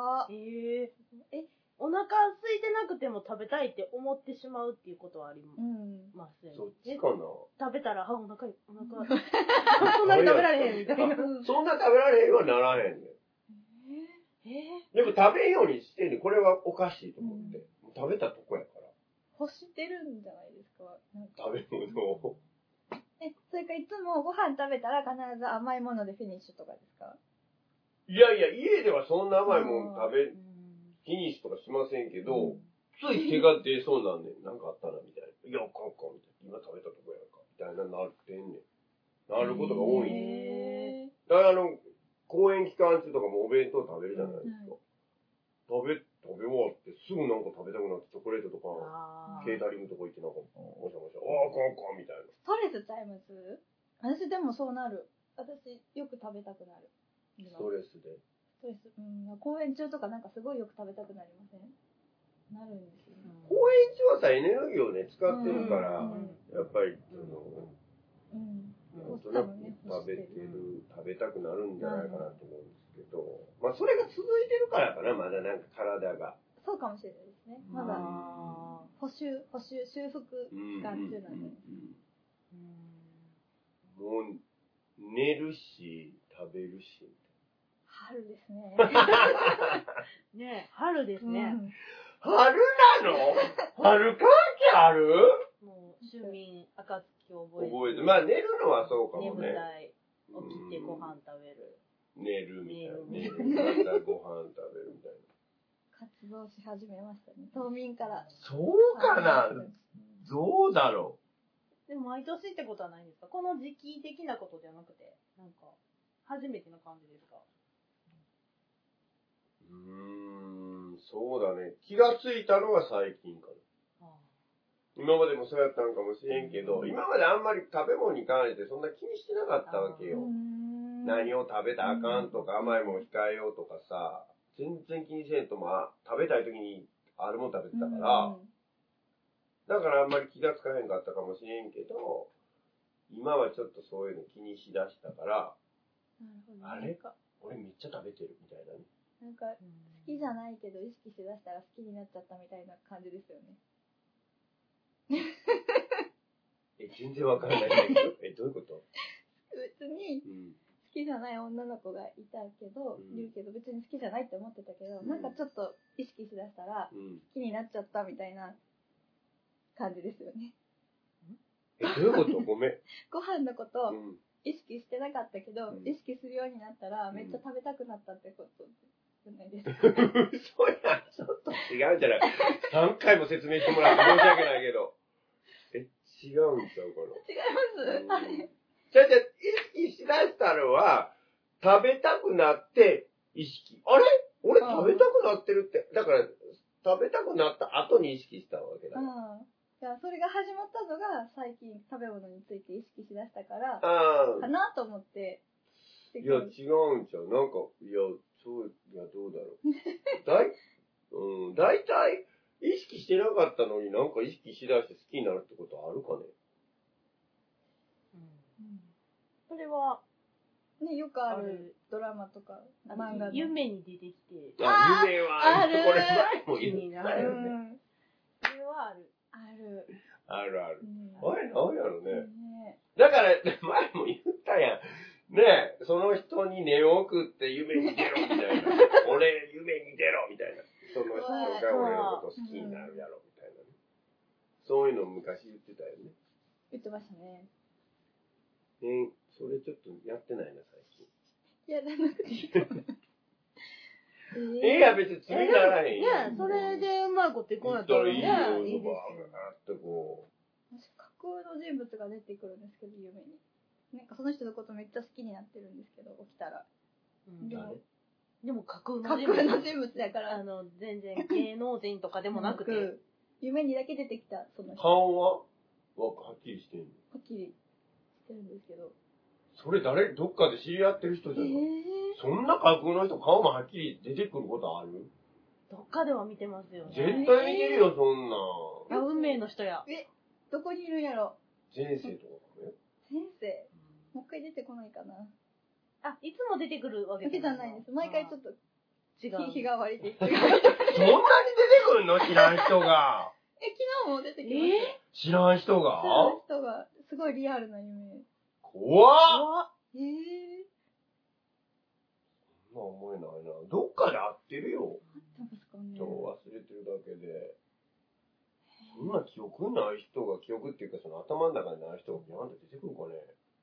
お腹空いてなくても食べたいって思ってしまうっていうことはありますね。 そっちかな。 食べたら、お腹、そんなに食べられへんみたいな。 そんな食べられへんはならへんねん。でも食べんようにしてんねん。これはおかしいと思って。食べたとこやから。 欲してるんじゃないですか？ 食べ物を。 それかいつもご飯食べたら必ず甘いものでフィニッシュとかですか？ いや、家ではそんな甘いものフィニッシュとかしませんけど、つい手が出そうなんねん。なんかあったな、みたいな。いや、あかんか、みたいな。今食べたとこやんか、みたいななってんねん。なることが多いんです。だから公演期間中とかもお弁当食べるじゃないですか。食べ終わってすぐなんか食べたくなってチョコレートとか、ケータリングとか行ってなんか、もしゃもしゃ、あかんか、みたいな。 ストレスちゃいます？私でもそうなる。私よく食べたくなる。 ストレスで。 公演中とかなんかすごいよく食べたくなりません？なるんですよ。 公演中はさ、エネルギーをね、使ってるから、やっぱり、なんとなく食べたくなるんじゃないかなと思うんですけど、まあそれが続いてるからかな、まだなんか体が。 そうかもしれないですね。まだ、修復期間中なんで。 もう、寝るし、食べるし。 春ですね。 ね、春ですね。 春なの？春関係ある？ もう、趣味、暁を覚えて。 まあ寝るのはそうかもね。 眠たい。起きてご飯食べる。 寝るみたいな。寝る。またご飯食べるみたいな。 活動し始めましたね。冬眠から。 そうかな？どうだろう。でも毎年ってことはないんですか？この時期的なことじゃなくて、なんか、初めての感じですか？ そうだね。気がついたのは最近かな。今までもそうやったんかもしれんけど、今まであんまり食べ物に関してそんな気にしてなかったわけよ。何を食べたらあかんとか甘いもん控えようとかさ、全然気にせんと食べたい時にあるもん食べてたから、だからあんまり気がつかへんかったかもしれんけど、今はちょっとそういうの気にしだしたから、あれか、俺めっちゃ食べてるみたいなね。 なんか、好きじゃないけど意識しだしたら好きになっちゃったみたいな感じですよね。 全然わからないんだけど。どういうこと？ 別に、好きじゃない女の子がいたけど、いるけど、別に好きじゃないって思ってたけど、なんかちょっと意識しだしたら、好きになっちゃったみたいな感じですよね。 どういうこと？ごめん。 ご飯のこと、意識してなかったけど、意識するようになったら、めっちゃ食べたくなったってことじゃないですか。 そうや、ちょっと違うんじゃない？ 3 回も説明してもらって申し訳ないけど。違うんちゃうかな。 違います？ じゃ意識しだしたのは、食べたくなって意識。あれ？俺食べたくなってるって。だから、食べたくなった後に意識したわけだ。 いや、それが始まったのが最近食べ物について意識しだしたから、かなと思って。 いや、違うんちゃう。なんか、どうだろう。だいたい意識してなかったのになんか意識しだして好きになるってことあるかね？ それは、 ね、よくあるドラマとか漫画の。 夢に出てきて。 夢はある。 これ前も言ったよね。 それはある。 ある。あれなんやろね。だから、前も言ったやん。ねえ、その人に寝を送って夢に出ろみたいな。俺、夢に出ろみたいな。その人が俺のこと好きになるやろみたいなね。そういうの昔言ってたよね。 言ってましたね。 それちょっとやってないな、最近。 いやらなくていいと思う。 いや、別に罪ならへん。 いや、それでうまいこといこうやったらね、いいですよ。 ってこう。 架空の人物が出てくるんですけど、夢に。なんかその人のことめっちゃ好きになってるんですけど、起きたら。 でも架空の人物だから。 全然芸能人とかでもなくて。 夢にだけ出てきた、その人。 顔ははっきりしてんの？ はっきりしてるんですけど。 それどっかで知り合ってる人じゃない？そんな架空の人顔もはっきり出てくることある？ どっかでは見てますよね。 絶対見てるよ、そんな。 運命の人や。 どこにいるんやろ？ 前世とかね。 前世？もう一回出てこないかな。 いつも出てくるわけじゃないです。毎回ちょっと違う。 日替わりで。 そんなに出てくるの？知らん人が。 昨日も出てきました。 知らん人が？ すごいリアルな夢。 怖っ！ そんな思えないな。どっかで会ってるよ。 会ってますかね。 忘れてるだけで。そんな記憶ない人が、記憶っていうかその頭の中にない人がビャンって出てくるかね。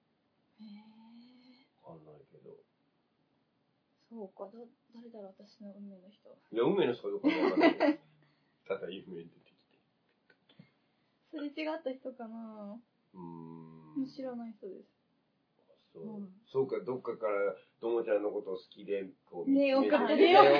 わかんないけど。 そうか、誰だろう、私の運命の人。 いや、運命の人かどうかわかんないけど。ただ夢に出てきて。 すれ違った人かな？知らない人です。 そうか、どっかからともちゃんのことを好きでこうねえ、送ってるじゃない？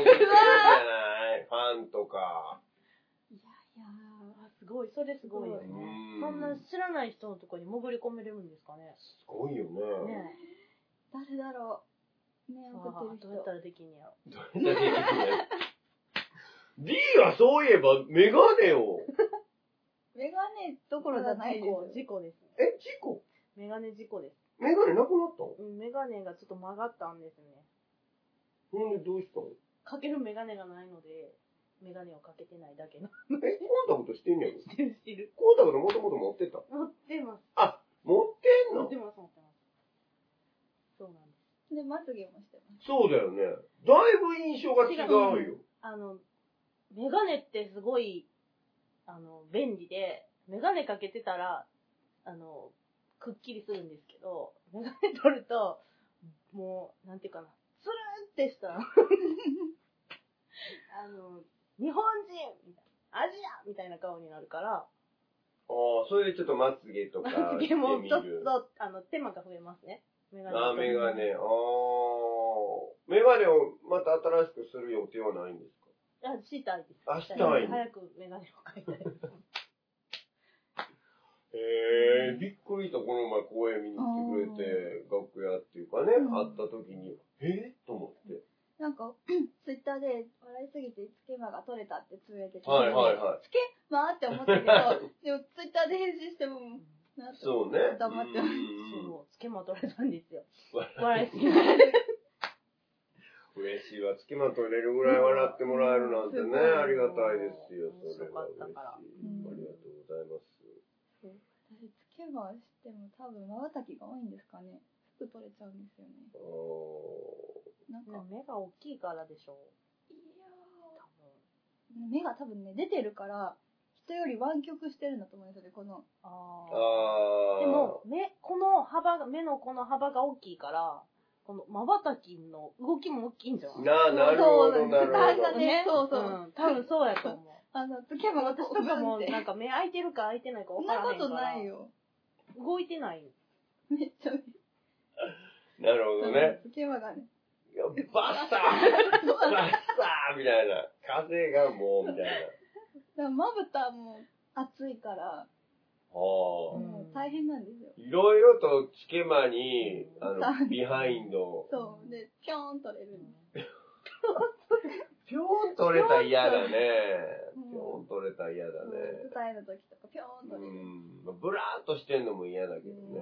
ファンとか。 いやすごい、それすごいよね。そんな知らない人のところに潜り込めれるんですかね。 すごいよね。 誰だろう。ねえ、送ってる人。 どうやったらできんやろ。 どうやったらできんやろ。D はそういえばメガネを。 メガネどころじゃないです。 事故です。 事故？ メガネ事故です。 メガネなくなったの？ メガネがちょっと曲がったんですね。 ほんでどうしたの？ かけるメガネがないので、メガネをかけてないだけの。 コンタクトしてんねやろ？ してる。 コンタクトもともと持ってた？ 持ってます。 持ってんの？ 持ってます。そうなんです。 で、まつげもしてます。 そうだよね。だいぶ印象が違うよ。 メガガネってすごい、便利で、メガネかけてたら、くっきりするんですけど、メガネ取ると、もう、なんていうかな、つるんってした、日本人みたいな、アジアみたいな顔になるから、 ああ、それでちょっとまつげとかまつげもちょっと、手間が増えますね。メガネ。 ああ、メガネ。ああ。メガネをまた新しくする予定はないんですか？ したいです。 あ、したい。 早くメガネを買いたいです。 びっくりとこの前公演見に来てくれて、楽屋っていうかね、会った時に、と思って。 なんか、ツイッターで笑いすぎてつけまが取れたってつぶやいてて、 はいはいはい。 つけまって思ったけど、でもツイッターで返信しても、 そうね。 黙ってます。 そう、つけま取れたんですよ。笑いすぎて。 嬉しいわ。つけま取れるぐらい笑ってもらえるなんてね、ありがたいですよ。それは嬉しい。ありがとうございます。 私、つけましても多分、瞬きが多いんですかね。すぐ取れちゃうんですよね。 なんか目が大きいからでしょう。 いやー、目が多分ね、出てるから、人より湾曲してるんだと思うんですよね、この。 でも、目のこの幅が大きいから、この瞬きの動きも大きいんじゃない？ なるほど、なるほど。 ね、そうそう。 多分そうやと思う。 つけまが私とかも、なんか目開いてるか開いてないか分からへんから。 そんなことないよ。 動いてない。 めっちゃなるほどね。 つけまがね。 バッサーみたいな。風がもう、みたいな。まぶたも熱いから、もう大変なんですよ。 いろいろとつけまに、ビハインド。 そう。で、ぴょーん取れる。 ぴょーん取れたら嫌だね。ぴょーん取れたら嫌だね。 舞台の時とかぴょーん取れる。 ブラーっとしてんのも嫌だけどね。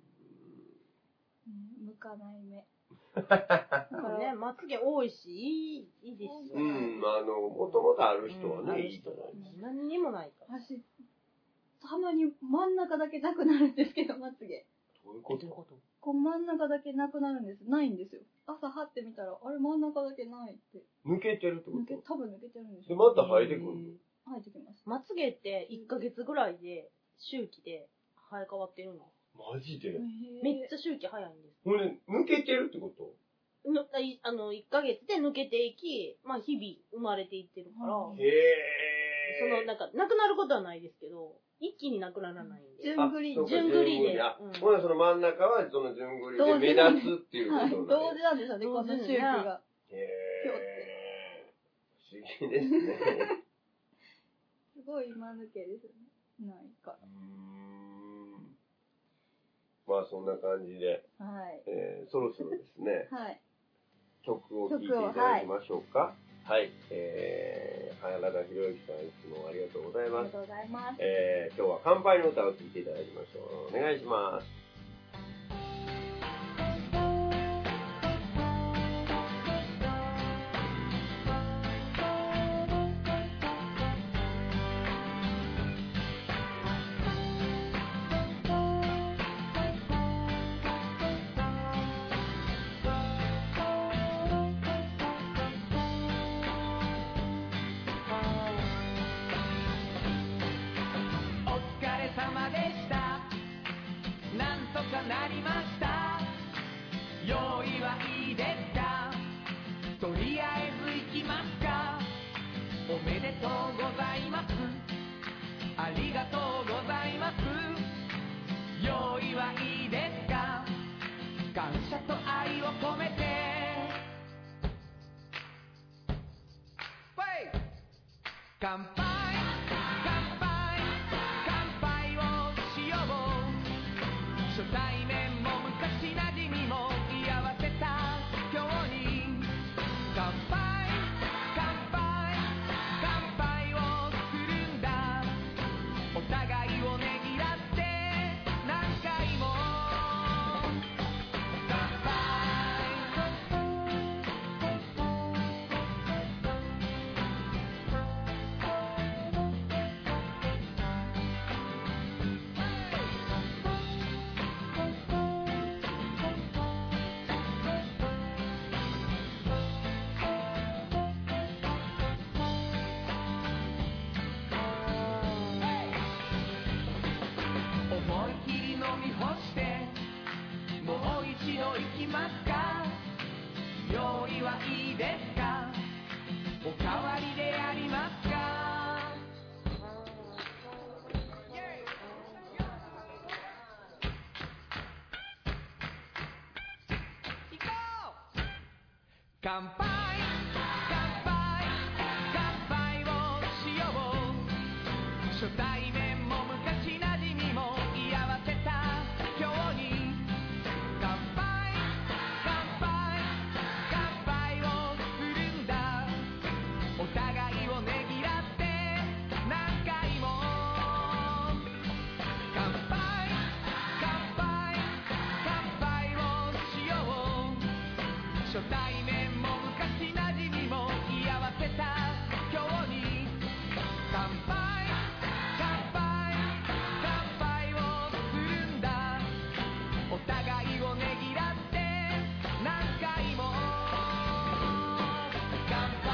向かない目。 ね、まつげ多いし、いいですよね。 もともとある人はね、いいと思います。 何にもないから。 私、たまに真ん中だけなくなるんですけど、まつげ。 どういうこと？ こう真ん中だけなくなるんです。ないんですよ。朝はってみたら、あれ真ん中だけないって。 抜けてるってこと？ 多分抜けてるんですよ。で、また生えてくるの？ 生えてきます。 まつげって1ヶ月ぐらいで、周期で生え変わってるんです。 マジで？ めっちゃ周期早いんです。 これ、抜けてるってこと？ 1ヶ月で抜けていき、まあ日々生まれていってるから、なんか、なくなることはないですけど、一気になくならないんで。 順繰りで。ほら、その真ん中は、その順繰りで目立つっていうこと同時なんですよね、この周期が。 不思議ですね。 すごい間抜けですね。ないから。 まあ、そんな感じで、そろそろですね、曲を聴いていただきましょうか。はい。原田博之さん、いつもありがとうございます。 ありがとうございます。 今日は乾杯の歌を聴いていただきましょう。お願いします。 なりました。用意はいいですか？とりあえず行きますか？おめでとうございます。ありがとうございます。用意はいいですか？感謝と愛を込めて乾杯乾杯乾杯をしよう。初対面も昔なじみも居合わせた今日に乾杯乾杯乾杯をするんだ。お互いをねぎらって何回も乾杯。 乾杯乾杯乾杯をしよう初対面も昔なじみも居合わせた今日に乾杯乾杯乾杯をするんだお互いをねぎらって何回も乾杯乾杯乾杯をしよう初対面も昔なじみも居合わせた今日に乾杯乾杯乾杯をするんだお互いをねぎらって何回も乾杯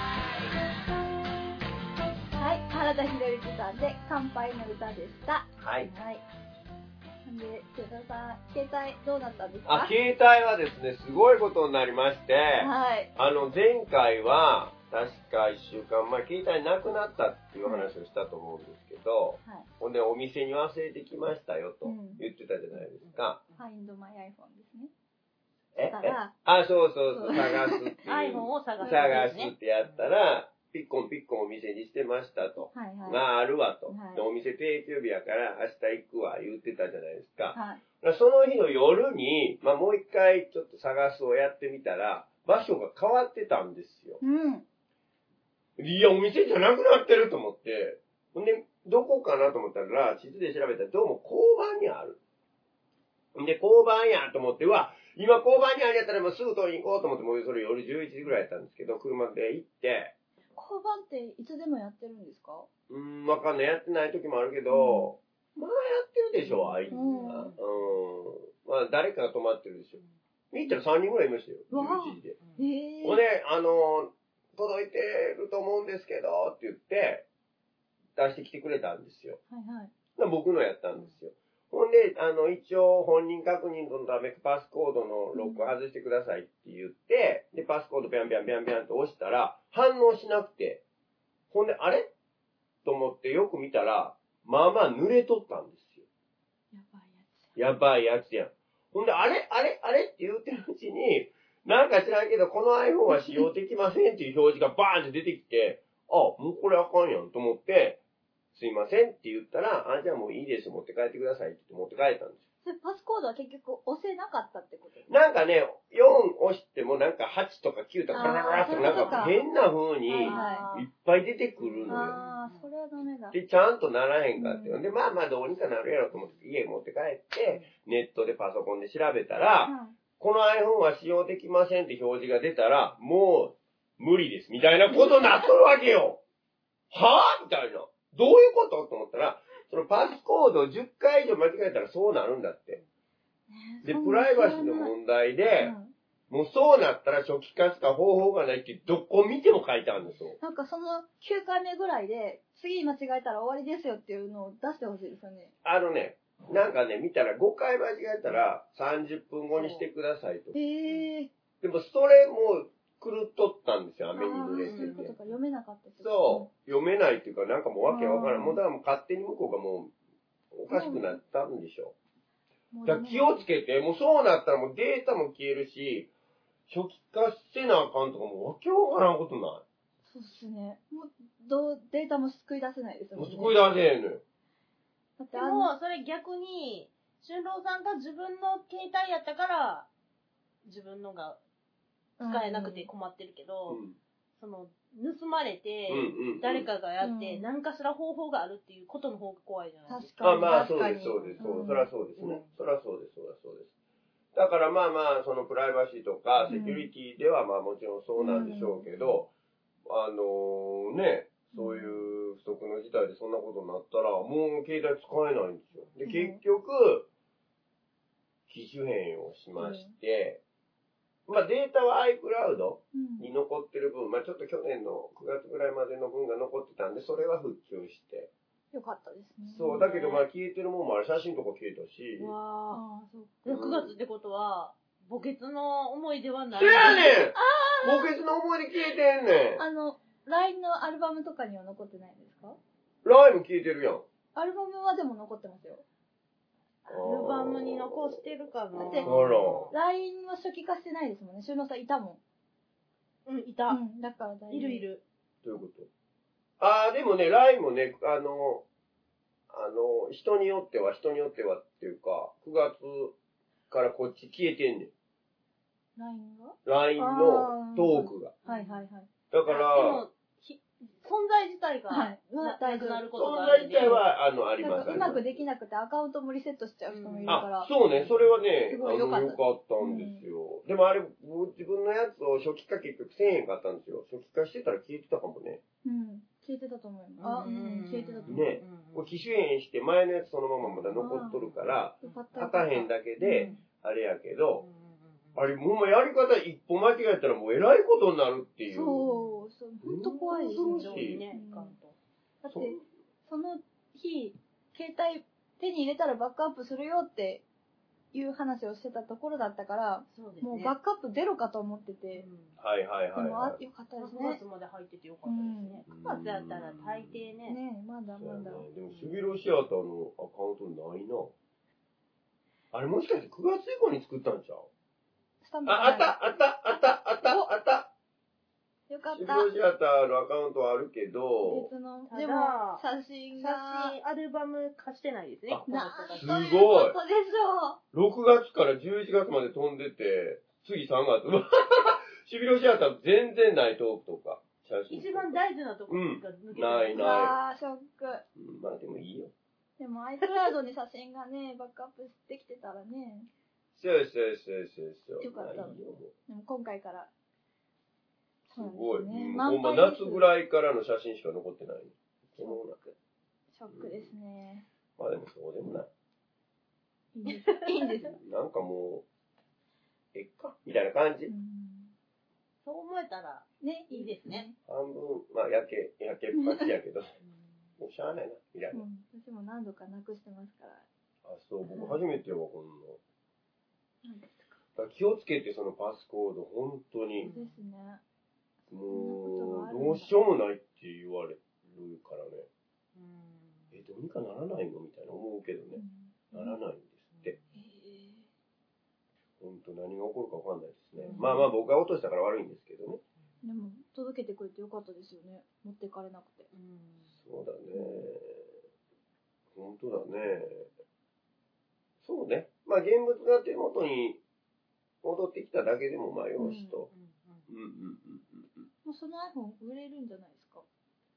はい、原田ひろゆきさんで乾杯の歌でした。 はい。 なんで、瀬田さん、携帯どうなったんですか？ 携帯はですね、すごいことになりまして、 はい。 前回は、確か1週間前、携帯なくなったっていう話をしたと思うんですけど、 はい、 ほんで、お店に忘れてきましたよと言ってたじゃないですか。 Find my iPhone ですね。 そうそう、探すっていう。 iPhone を探す、 探すってやったら、ピッコンピッコンお店にしてましたと。 はいはい、 まあ、あるわと、 はい。 お店定休日やから明日行くわ言ってたじゃないですか。 はい、 その日の夜に、まあ、もう一回ちょっと探すをやってみたら、場所が変わってたんですよ。いや、お店じゃなくなってると思って。ほんで、どこかなと思ったら、地図で調べたらどうも交番にある。で、交番やと思って、今交番にあるやったらもうすぐ取りに行こうと思って、もうそれ夜11時ぐらいやったんですけど、車で行って。 交番っていつでもやってるんですか？ わかんない。やってない時もあるけど、まあやってるでしょ、あいつは。まあ誰かが泊まってるでしょ。見たら3人ぐらいいましたよ。11時で。ほんで、届いてると思うんですけど、って言って、出してきてくれたんですよ。 はいはい。 僕のやったんですよ。ほんで、一応本人確認のためパスコードのロック外してくださいって言って、で、パスコードビャンビャンビャンビャンって押したら、反応しなくて、ほんで、あれと思ってよく見たら、まあまあ濡れとったんですよ。やばいやつやん。ほんで、あれって言ってるうちに、なんか知らんけど、この iPhone は使用できませんっていう表示がバーンって出てきて、もうこれあかんやんと思って、すいませんって言ったら、じゃあもういいです、持って帰ってくださいって言って持って帰ったんです。 それパスコードは結局押せなかったってことですか？ なんかね、4押してもなんか8とか9とかバラバラってなんか変な風にいっぱい出てくるのよ。 それはダメだ。 で、ちゃんとならへんかって。で、まあまあどうにかなるやろと思って家持って帰って、ネットでパソコンで調べたら、この iPhone は使用できませんって表示が出たら、もう無理です。みたいなことになっとるわけよ。はぁみたいな。どういうことと思ったら、そのパスコードを10回以上間違えたらそうなるんだって。で、プライバシーの問題で、もうそうなったら初期化しか方法がないってどこ見ても書いてあるんですよ。 なんかその9回目ぐらいで、次間違えたら終わりですよっていうのを出してほしいですよね。 なんかね、見たら5回間違えたら30分後にしてくださいと。でもそれも狂っとったんですよ、雨に濡れてて。 そういうことか、読めなかった。 そう、読めないっていうか、なんかもうわけわからん。もうだからもう勝手に向こうがもうおかしくなったんでしょ。だから気をつけて、もうそうなったらもうデータも消えるし、初期化せなあかんとかもうわけわからんことない。 そうっすね。もうデータも救い出せないですもんね。 救い出せへんのよ。 でも、それ逆に、俊郎さんが自分の携帯やったから、自分のが使えなくて困ってるけど、盗まれて、誰かがやって、何かしら方法があるっていうことの方が怖いじゃないですか。 確かに。 まあ、そうです。そりゃそうですね。そりゃそうです。だからまあまあ、そのプライバシーとか、セキュリティではまあもちろんそうなんでしょうけど、そういう不測の事態でそんなことになったら、もう携帯使えないんですよ。で、結局、機種変をしまして、まあデータは iCloud に残ってる分、まあちょっと去年の9月ぐらいまでの分が残ってたんで、それは復旧して。 よかったですね。 そう、だけどまあ消えてるもんもある、写真とか消えたし。 わぁ。9月ってことは、墓穴の思い出はない。 せやねん墓穴の思い出消えてんねん。 LINE のアルバムとかには残ってないんですか？ LINE も消えてるやん。 アルバムはでも残ってますよ。 アルバムに残してるかな。 だって、LINE は初期化してないですもんね。俊郎さんいたもん。 いた。 だから大丈夫。 いるいる。 どういうこと？でもね、LINE もね、人によってはっていうか、9月からこっち消えてんねん。LINE のトークが。 はいはいはい。 だから、 でも存在自体がなくなることが存在自体は、あります。 うまくできなくてアカウントもリセットしちゃう人もいるから。 そうね、それはね、 すごい良かったんですよ。でもあれ、自分のやつを初期化結局1000円買ったんですよ。初期化してたら消えてたかもね。 消えてたと思います。消えてたと思う。 ね。機種変して前のやつそのまままだ残っとるから、書かへんだけで、あれやけど、あれ、もうやり方一歩間違えたらもうえらいことになるっていう。 そう、ほんと怖いですよね。だって、その日、携帯手に入れたらバックアップするよっていう話をしてたところだったから、もうバックアップゼロかと思ってて。 はいはいはい。 でも、よかったですね。 9月まで入っててよかったですね。9月やったら大抵ね。 ねまだまだ。 でも、スビロシアターのアカウントないな。あれもしかして9月以降に作ったんちゃう？あったよかった。 スビロシアターのアカウントはあるけど、 別の、でも、写真アルバム化してないですね。 すごい。 そうでしょう。6月から11月まで飛んでて、次3月。スビロシアター全然ないトークとか、写真。 一番大事なところが抜けてない。 ショック。 まあでもいいよ。 でも iCloud に写真がね、バックアップできてたらね。 そう。 よかったの。でも今回から。 すごい。ほんま夏ぐらいからの写真しか残ってない。 ショックですね。 まあでもそうでもない。 いいんです。 なんかもう、みたいな感じ。 そう思えたら、ね、いいですね。 半分、まあ焼けっぱちやけど、もうしゃあないな、みたいな。 私も何度かなくしてますから。 そう、僕初めてよ、こんな。 何ですか。 気をつけて、そのパスコード、本当に。 ですね。 もう、どうしようもないって言われるからね。どうにかならないのみたいな思うけどね。ならないんですって。本当何が起こるかわかんないですね。まあ僕が落としたから悪いんですけどね。 でも、届けてくれてよかったですよね。持ってかれなくて。 そうだね。本当だね。そうね。まあ現物が手元に戻ってきただけでもまあよしと。 もうその iPhone 売れるんじゃないですか？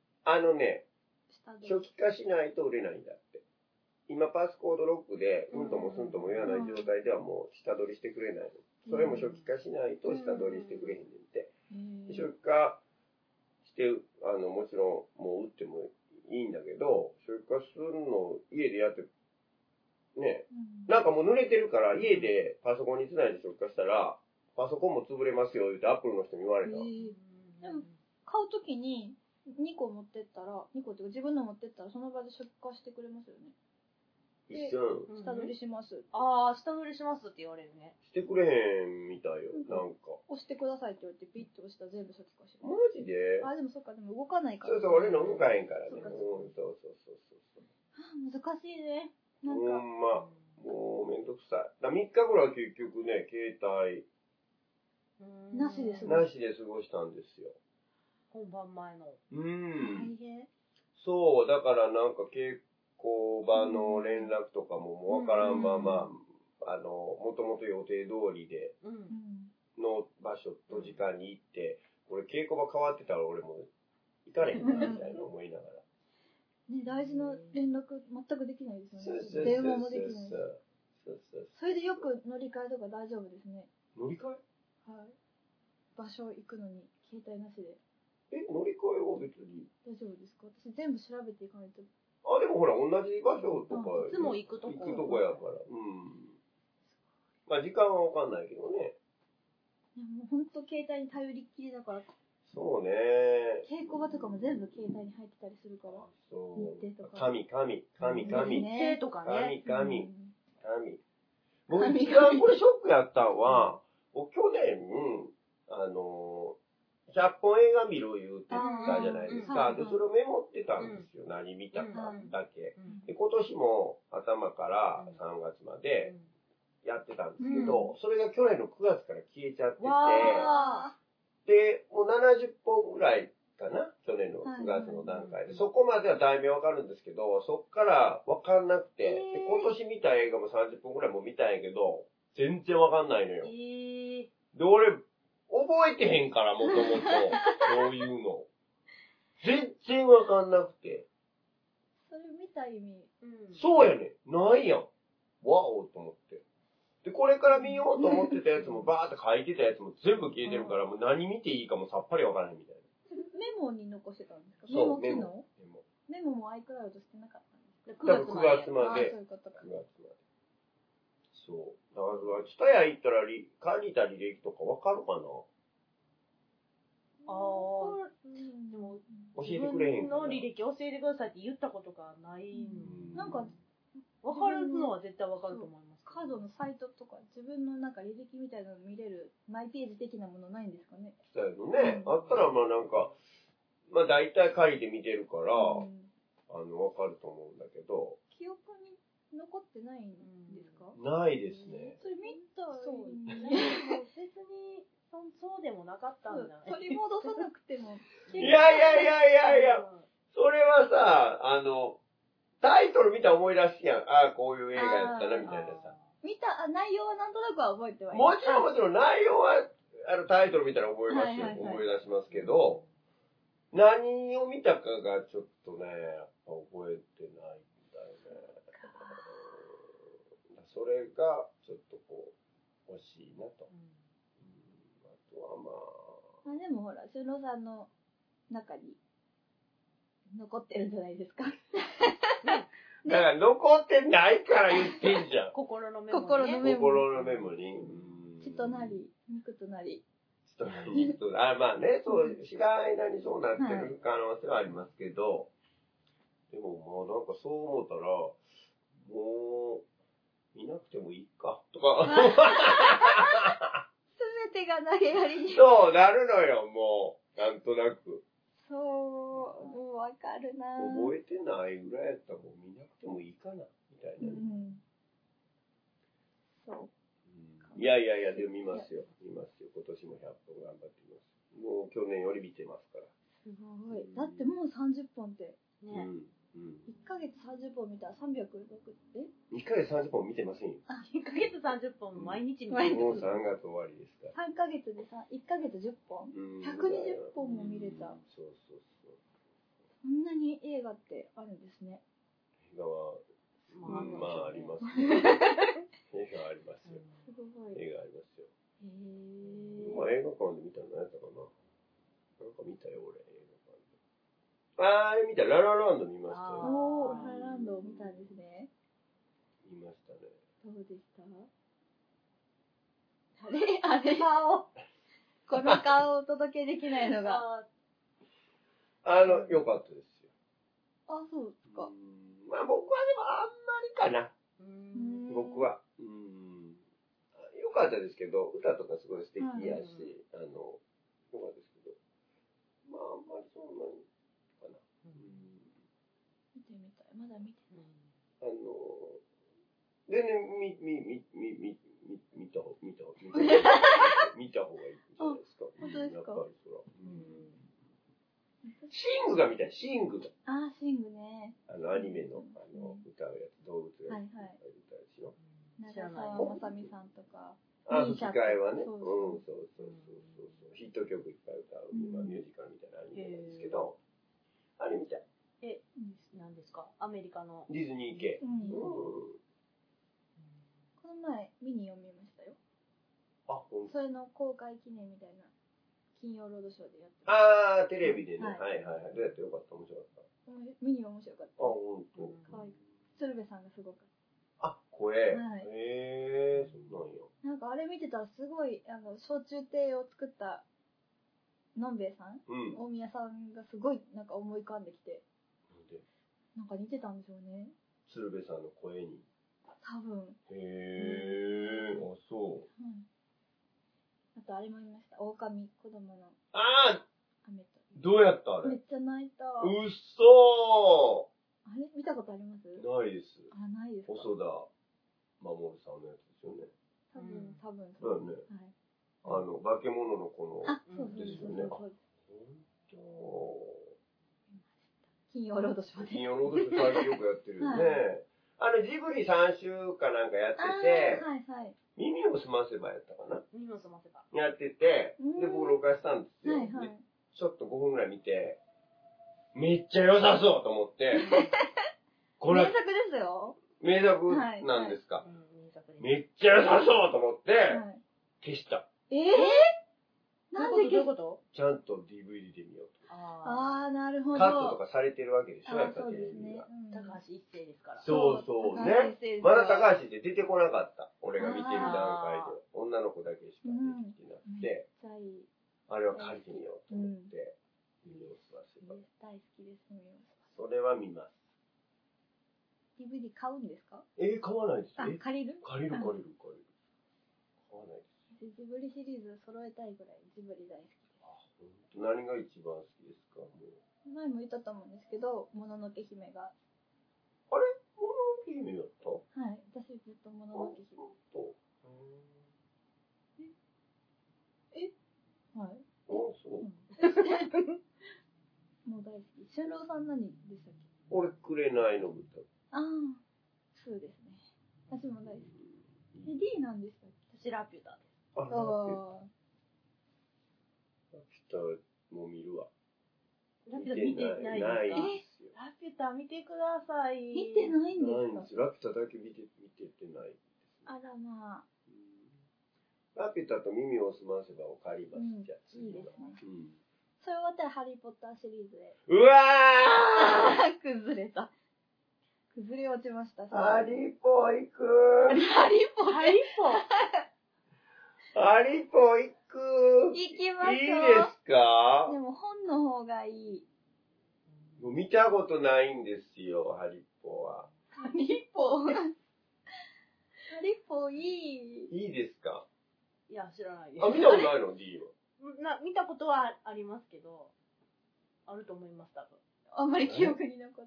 初期化しないと売れないんだって。今パスコードロックで、うんともすんとも言わない状態ではもう下取りしてくれないの。それも初期化しないと下取りしてくれへんねんて。初期化して、もちろんもう売ってもいいんだけど、初期化するの家でやって、ね、なんかもう濡れてるから家でパソコンにつないで初期化したら、パソコンも潰れますよってアップルの人に言われた。 でも、買うときに2個持ってったら、2個っていうか自分の持ってったらその場で出荷してくれますよね。 一緒。 下取りします。 下取りしますって言われるね。 してくれへんみたいよ、なんか。 押してくださいって言われてピッと押したら全部初期化します。 マジで？ でもそっか、でも動かないから。 そう、俺の動かへんからね。そう。 難しいね。 ほんま、もうめんどくさい。3日ぐらい結局ね、携帯、 なしで過ごしたんですよ。 本番前の。 大変。 そう、だからなんか稽古場の連絡とかももうわからんまま、もともと予定通りで、の場所と時間に行って、これ稽古場変わってたら俺も行かれへんな、みたいな思いながら。 ね、大事な連絡全くできないですよね。電話もできない。それでよく乗り換えとか大丈夫ですね。 乗り換え？ はい。場所行くのに、携帯なしで。 乗り換えは別に。 大丈夫ですか？私全部調べていかないと。 でもほら、同じ場所とか。 いつも行くとこやから。まあ時間はわかんないけどね。 いやもうほんと携帯に頼りっきりだから。 そうね。 稽古場とかも全部携帯に入ってたりするから。 そう。 日程とか。 日程とかね。 僕一番これショックやったんは、去年、100本映画見ろ言うてたじゃないですか。で、それをメモってたんですよ。何見たかだけ。で、今年も頭から3月までやってたんですけど、それが去年の9月から消えちゃってて、 で、もう70本ぐらいかな、去年の9月の段階で。そこまでは題名わかるんですけど、そっからわかんなくて、で今年見た映画も30本ぐらいも見たんやけど、全然わかんないのよ。で、俺、覚えてへんから、もともと。そういうの。全然わかんなくて。 それ見た意味。 そうやね。ないやん。わおと思って。で、これから見ようと思ってたやつもバーって書いてたやつも全部消えてるから、もう何見ていいかもさっぱりわからへんみたいな。 メモに残してたんですか？ そう、 メモメモも iCloud してなかったんですか？ 9月まで。 そういうことか。 9月まで。そう。だから、ツタヤ行ったら借りた履歴とかわかるかな？ でも、 教えてくれへんかな。 自分の履歴教えてくださいって言ったことがない。 なんか、 わかるのは絶対わかると思います。 カードのサイトとか、自分のなんか履歴みたいなの見れる、マイページ的なものないんですかね？ そうやのね。あったら、まあなんか、まあ大体借りて見てるから、わかると思うんだけど。 記憶に残ってないんですか？ ないですね。 それ見たらいいね。 別に、そうでもなかったんだね。 取り戻さなくても。 いや、それはさ、タイトル見たら思い出すやん。ああ、こういう映画やったな、みたいなさ。 見た、内容はなんとなくは覚えてはいる。 もちろん内容は、タイトル見たら思いますよ。思い出しますけど、何を見たかがちょっとね、やっぱ覚えてないんだよね。それが、ちょっとこう、欲しいなと。あとはまあ。 でもほら、修郎さんの中に残ってるんじゃないですか。 だから残ってないから言ってんじゃん。 心のメモに。 心のメモに。 血となり、肉となり。 血となり、肉となり。まあね、そう、知らない間にそうなってる可能性はありますけど、でもまあなんかそう思ったら、もう、見なくてもいいか、とか。 すべてが投げやりに。 そう、なるのよ、もう。なんとなく。 そう、もうわかるな。 覚えてないぐらいやったらもう見なくてもいいかな、みたいな。 そう。 いや、でも見ますよ。今年も100本頑張ってみます。もう去年より見てますから。 すごい。だってもう30本って。 ね。 1ヶ月30本見たら306、 1ヶ月30本見てませんよ。 1ヶ月30本毎日見てる。もう3月終わりですから。 3ヶ月で1ヶ月10本 ?120 本も見れた。 そう。 こんなに映画ってあるんですね。 映画は、まあありますね。映画ありますよ。 すごい。 映画ありますよ。まあ映画館で見たの何やったかな。なんか見たよ、俺、映画館で。あれ見た、ララランド見ましたよ。 おー、ララランドを見たんですね。 見ましたね。 どうでしたあれ顔。この顔をお届けできないのが。 良かったですよ。 あ、そうですか。 まあ僕はでもあんまりかな。僕は。良かったですけど、歌とかすごい素敵やし、良かったですけど、まああんまりそんなにかな。 見てみたい。まだ見てない。 全然見た方がいいんじゃないですか。 本当ですか。 やっぱりそら。シングが見たい、シングが。 あ、シングね。 アニメの、歌うやつ、動物が歌うやつよ。 長澤まさみさんとか。 吹き替えはね。そう。ヒット曲いっぱい歌う、ミュージカルみたいなアニメなんですけど、あれ見たい。 何ですか？アメリカの。 ディズニー系。 この前、ミニを見ましたよ。それの公開記念みたいな、金曜ロードショーでやってあー、テレビでね。はい。どうやってよかった？面白かった？ ミニ面白かった。 ほんと。 かわいい。鶴瓶さんがすごかった。 声。そうなんや。 なんかあれ見てたらすごい、小中亭を作ったのんべえさん、大宮さんがすごいなんか思い浮かんできて。なんか似てたんでしょうね。 鶴瓶さんの声に。 多分。 そう。 あとあれも見ました。狼子供の。 どうやったあれ？ めっちゃ泣いた。 うっそー。あれ見たことあります？ ないです。 ないですか。 細田守さんのやつですよね。 多分そう。だよね。 化け物の子の、 ですよね。 金曜ロードショーで。 金曜ロードショー最近よくやってるよね。ジブリ3週かなんかやってて、耳をすませばやったかな。 耳をすませば。 やってて、で、僕録画したんですよ。ちょっと5分ぐらい見て、めっちゃ良さそうと思って、 これ名作ですよ。 名作なんですか。めっちゃ良さそうと思って、消した。 なんでどういうことちゃんと DVD で見ようと。 なるほど。 カットとかされてるわけでしょ、やっぱそうテレビですね。 高橋一生ですから。 そうそうね。まだ高橋って出てこなかった。俺が見てる段階で。女の子だけしか出てきてなくて、あれは借りてみようと思って、見ようしますよ。 大好きです、 それは見ます。 DVD 買うんですか？ 買わないです。 借りる？ 借りる。買わないです。 ジブリシリーズ揃えたいぐらいジブリ大好きです。 何が一番好きですか？ 前も言ったと思うんですけど、もののけ姫が。 あれ？もののけ姫だった？ はい。私ずっともののけ姫。はい。 そう。 もう大好き。俊郎さん何でしたっけ？ 俺、紅の豚。 そうですね。私も大好き。D なんでしたっけ？ 私ラピュタです。 ラピュタも見るわ。 ラピュタ見てないですか？ラピュタ見てください。 見てないんですか？ ラピュタだけ見てないです。 あらまあ。 ラピュタと耳をすませばを借ります。じゃあ次は。 いいですね。それ終わったらハリーポッターシリーズで。 うわー崩れた。崩れ落ちました。 ハリポ行くハリポ行く行きましょう。 いいですか？ でも本の方がいい。 もう見たことないんですよ、ハリポは。 ハリポいい。 いいですか？ いや、知らないです。 見たことないの ?D は。 見たことはありますけど、あると思います、多分。 あんまり記憶に残って。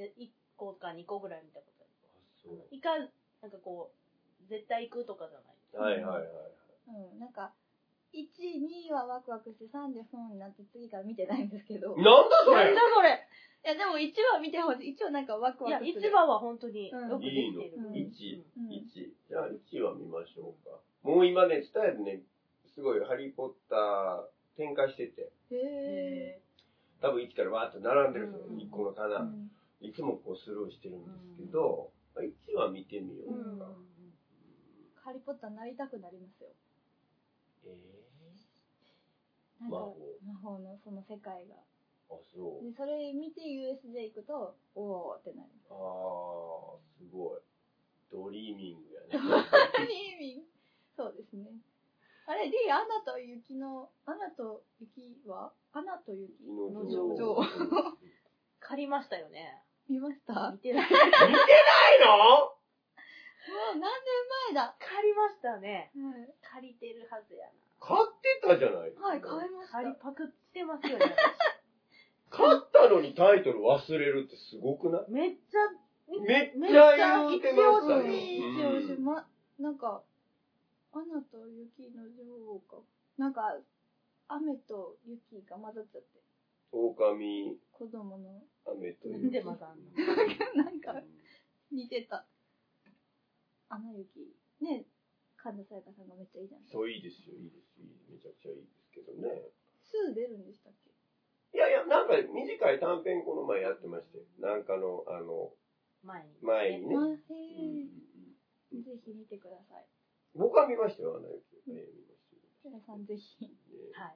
1個か2個ぐらい見たことある。 そう。 一回、なんかこう、絶対行くとかじゃない。 なんか、1、2はワクワクして3でふんになって次から見てないんですけど。 なんだそれ！ いや、でも1話見てほしい。1話なんかワクワクする。 いや、1話は本当によくできてる。 1。じゃあ1話見ましょうか。もう今ね、伝えるね、すごいハリーポッター展開してて。多分1からわーっと並んでるんですよ、1個の棚。いつもこうスルーしてるんですけど、1話見てみようか。 ハリーポッターなりたくなりますよ。なんか魔法のその世界が。 そう。 で、それ見て USJ 行くと、おーってなります。 すごい。ドリーミングやね。 ドリーミング。そうですね。あれ、リー、アナと雪の借りましたよね。 見ました？ 見てないの？ もう何年前だ。 借りましたね。借りてるはずやな。 買ってたじゃない？ はい、買いました。 借りパクしてますよね。 買ったのにタイトル忘れるってすごくない？ めっちゃ言ってましたよ。 一押し、なんか、アナと雪の女王か。なんか、雨と雪が混ざっちゃって。 狼。 子供の。 雨と雪。 なんで混ざんの？ なんか、似てた。アナ雪。ね、神田沙也加さんがめっちゃいいじゃん。 そう、いいですよ、いいです。めちゃくちゃいいですけどね。 2出るんでしたっけ？ いや、なんか短い短編この前やってまして。なんかの、前にね。 ぜひ見てください。 僕は見ましたよ、アナ雪。 皆さんぜひ。 はい。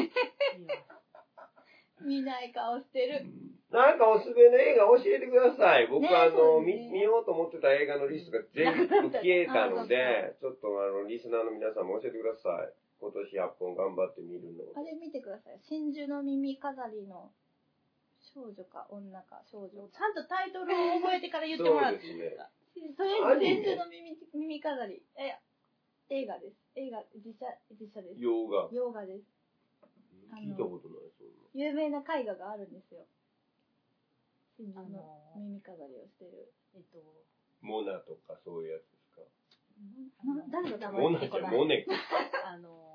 見ない顔してる。 なんかおすすめの映画教えてください。僕見ようと思ってた映画のリストが全部消えたので、ちょっとリスナーの皆さんも教えてください。今年100本頑張って見るの。 あれ見てください。真珠の耳飾りの少女か女か少女。 ちゃんとタイトルを覚えてから言ってもらっていいですか？ それ真珠の耳飾り。映画です。実写です。 洋画です。 聞いたことない、そんな。 有名な絵画があるんですよ。真珠の耳飾りをしてる。 モナとかそういうやつですか？ 誰がモナじゃモネ。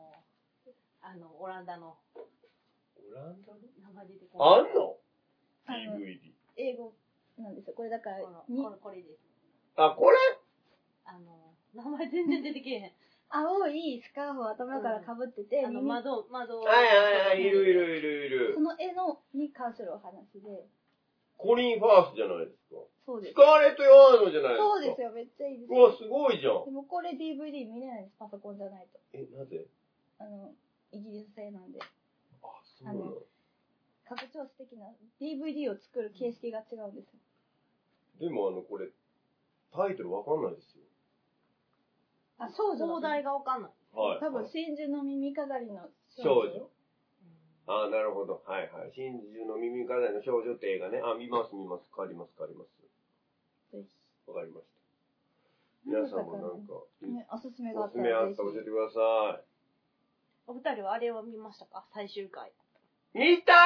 ランダの。 オランダの名前出てこない。 あんの ?DVD。 英語なんですよ。これだから、 これです。 あ、これ名前全然出てけえへん。 青いスカーフを頭から被ってて、 窓。 はい、いる。 その絵に関するお話で。 コリン・ファースじゃないですか。 そうです。 スカーレット・ヨハンソンじゃないですか。 そうですよ、めっちゃいいです。 うわ、すごいじゃん。 でもこれ DVD 見れないです、パソコンじゃないと。 なぜ？ イギリス製なんで。 あ、そうなの。 拡張子的な DVD を作る形式が違うんですよ。 でもこれ、タイトルわかんないですよ。 あ、少女。 放題がわかんない。 はい。 多分、真珠の耳飾りの少女。あ、なるほど。はい。真珠の耳飾りの少女って映画ね。あ、見ます。借ります。 ぜひ。 わかりました。皆さんもなんか、 おすすめがあったら教えてください。 お二人はあれは見ましたか？最終回。 見た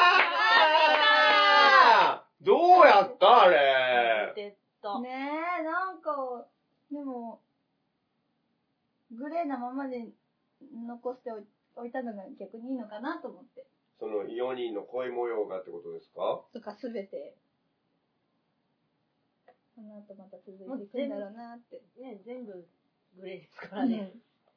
ー！どうやったあれ。 見てた。 ねえ、なんか、でも、グレーなままで残しておいたのが逆にいいのかなと思って。 その4人の恋模様がってことですか？ とかすべて。この後また続いていくんだろうなって。 ね、全部グレーですからね。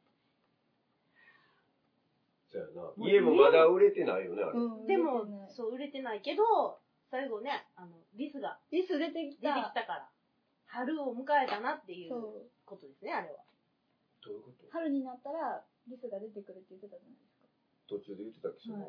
そうやな。家もまだ売れてないよね、あれ。 でも、そう、売れてないけど、最後ね、リス出てきたから、春を迎えたなっていうことですね、あれは。 どういうこと？ 春になったら、リスが出てくるって言ってたじゃないですか。 途中で言ってたっけ、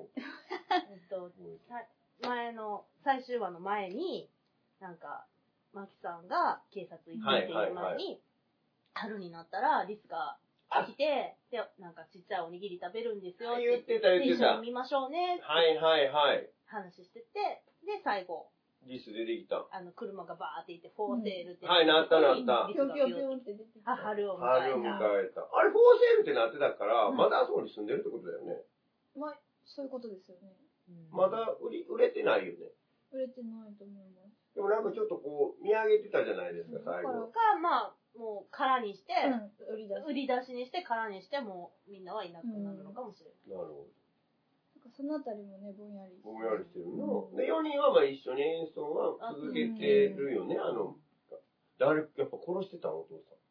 前の、最終話の前に、なんか、マキさんが警察行ってっていう前に、春になったらリスが来て、で、なんかちっちゃいおにぎり食べるんですよって言ってた。 一緒に見ましょうねって話してて、で、最後、 リス出てきた。 車がバーって行って、フォーセールって。 はい、なった。 ピョンピョンピョンって出てきた。 春を迎えた。 あれ、フォーセールってなってたから、まだあそこに住んでるってことだよね。 まあ、そういうことですよね。 まだ売れてないよね。 売れてないと思います。 でもなんかちょっとこう、見上げてたじゃないですか、最後。 まあ、もう空にして、売り出しにして空にしてもみんなはいなくなるのかもしれない。 なるほど。 なんかそのあたりもね、ぼんやりしてるの。で、4人はまあ一緒に演奏は続けてるよね、誰、やっぱ殺してたの、お父さん。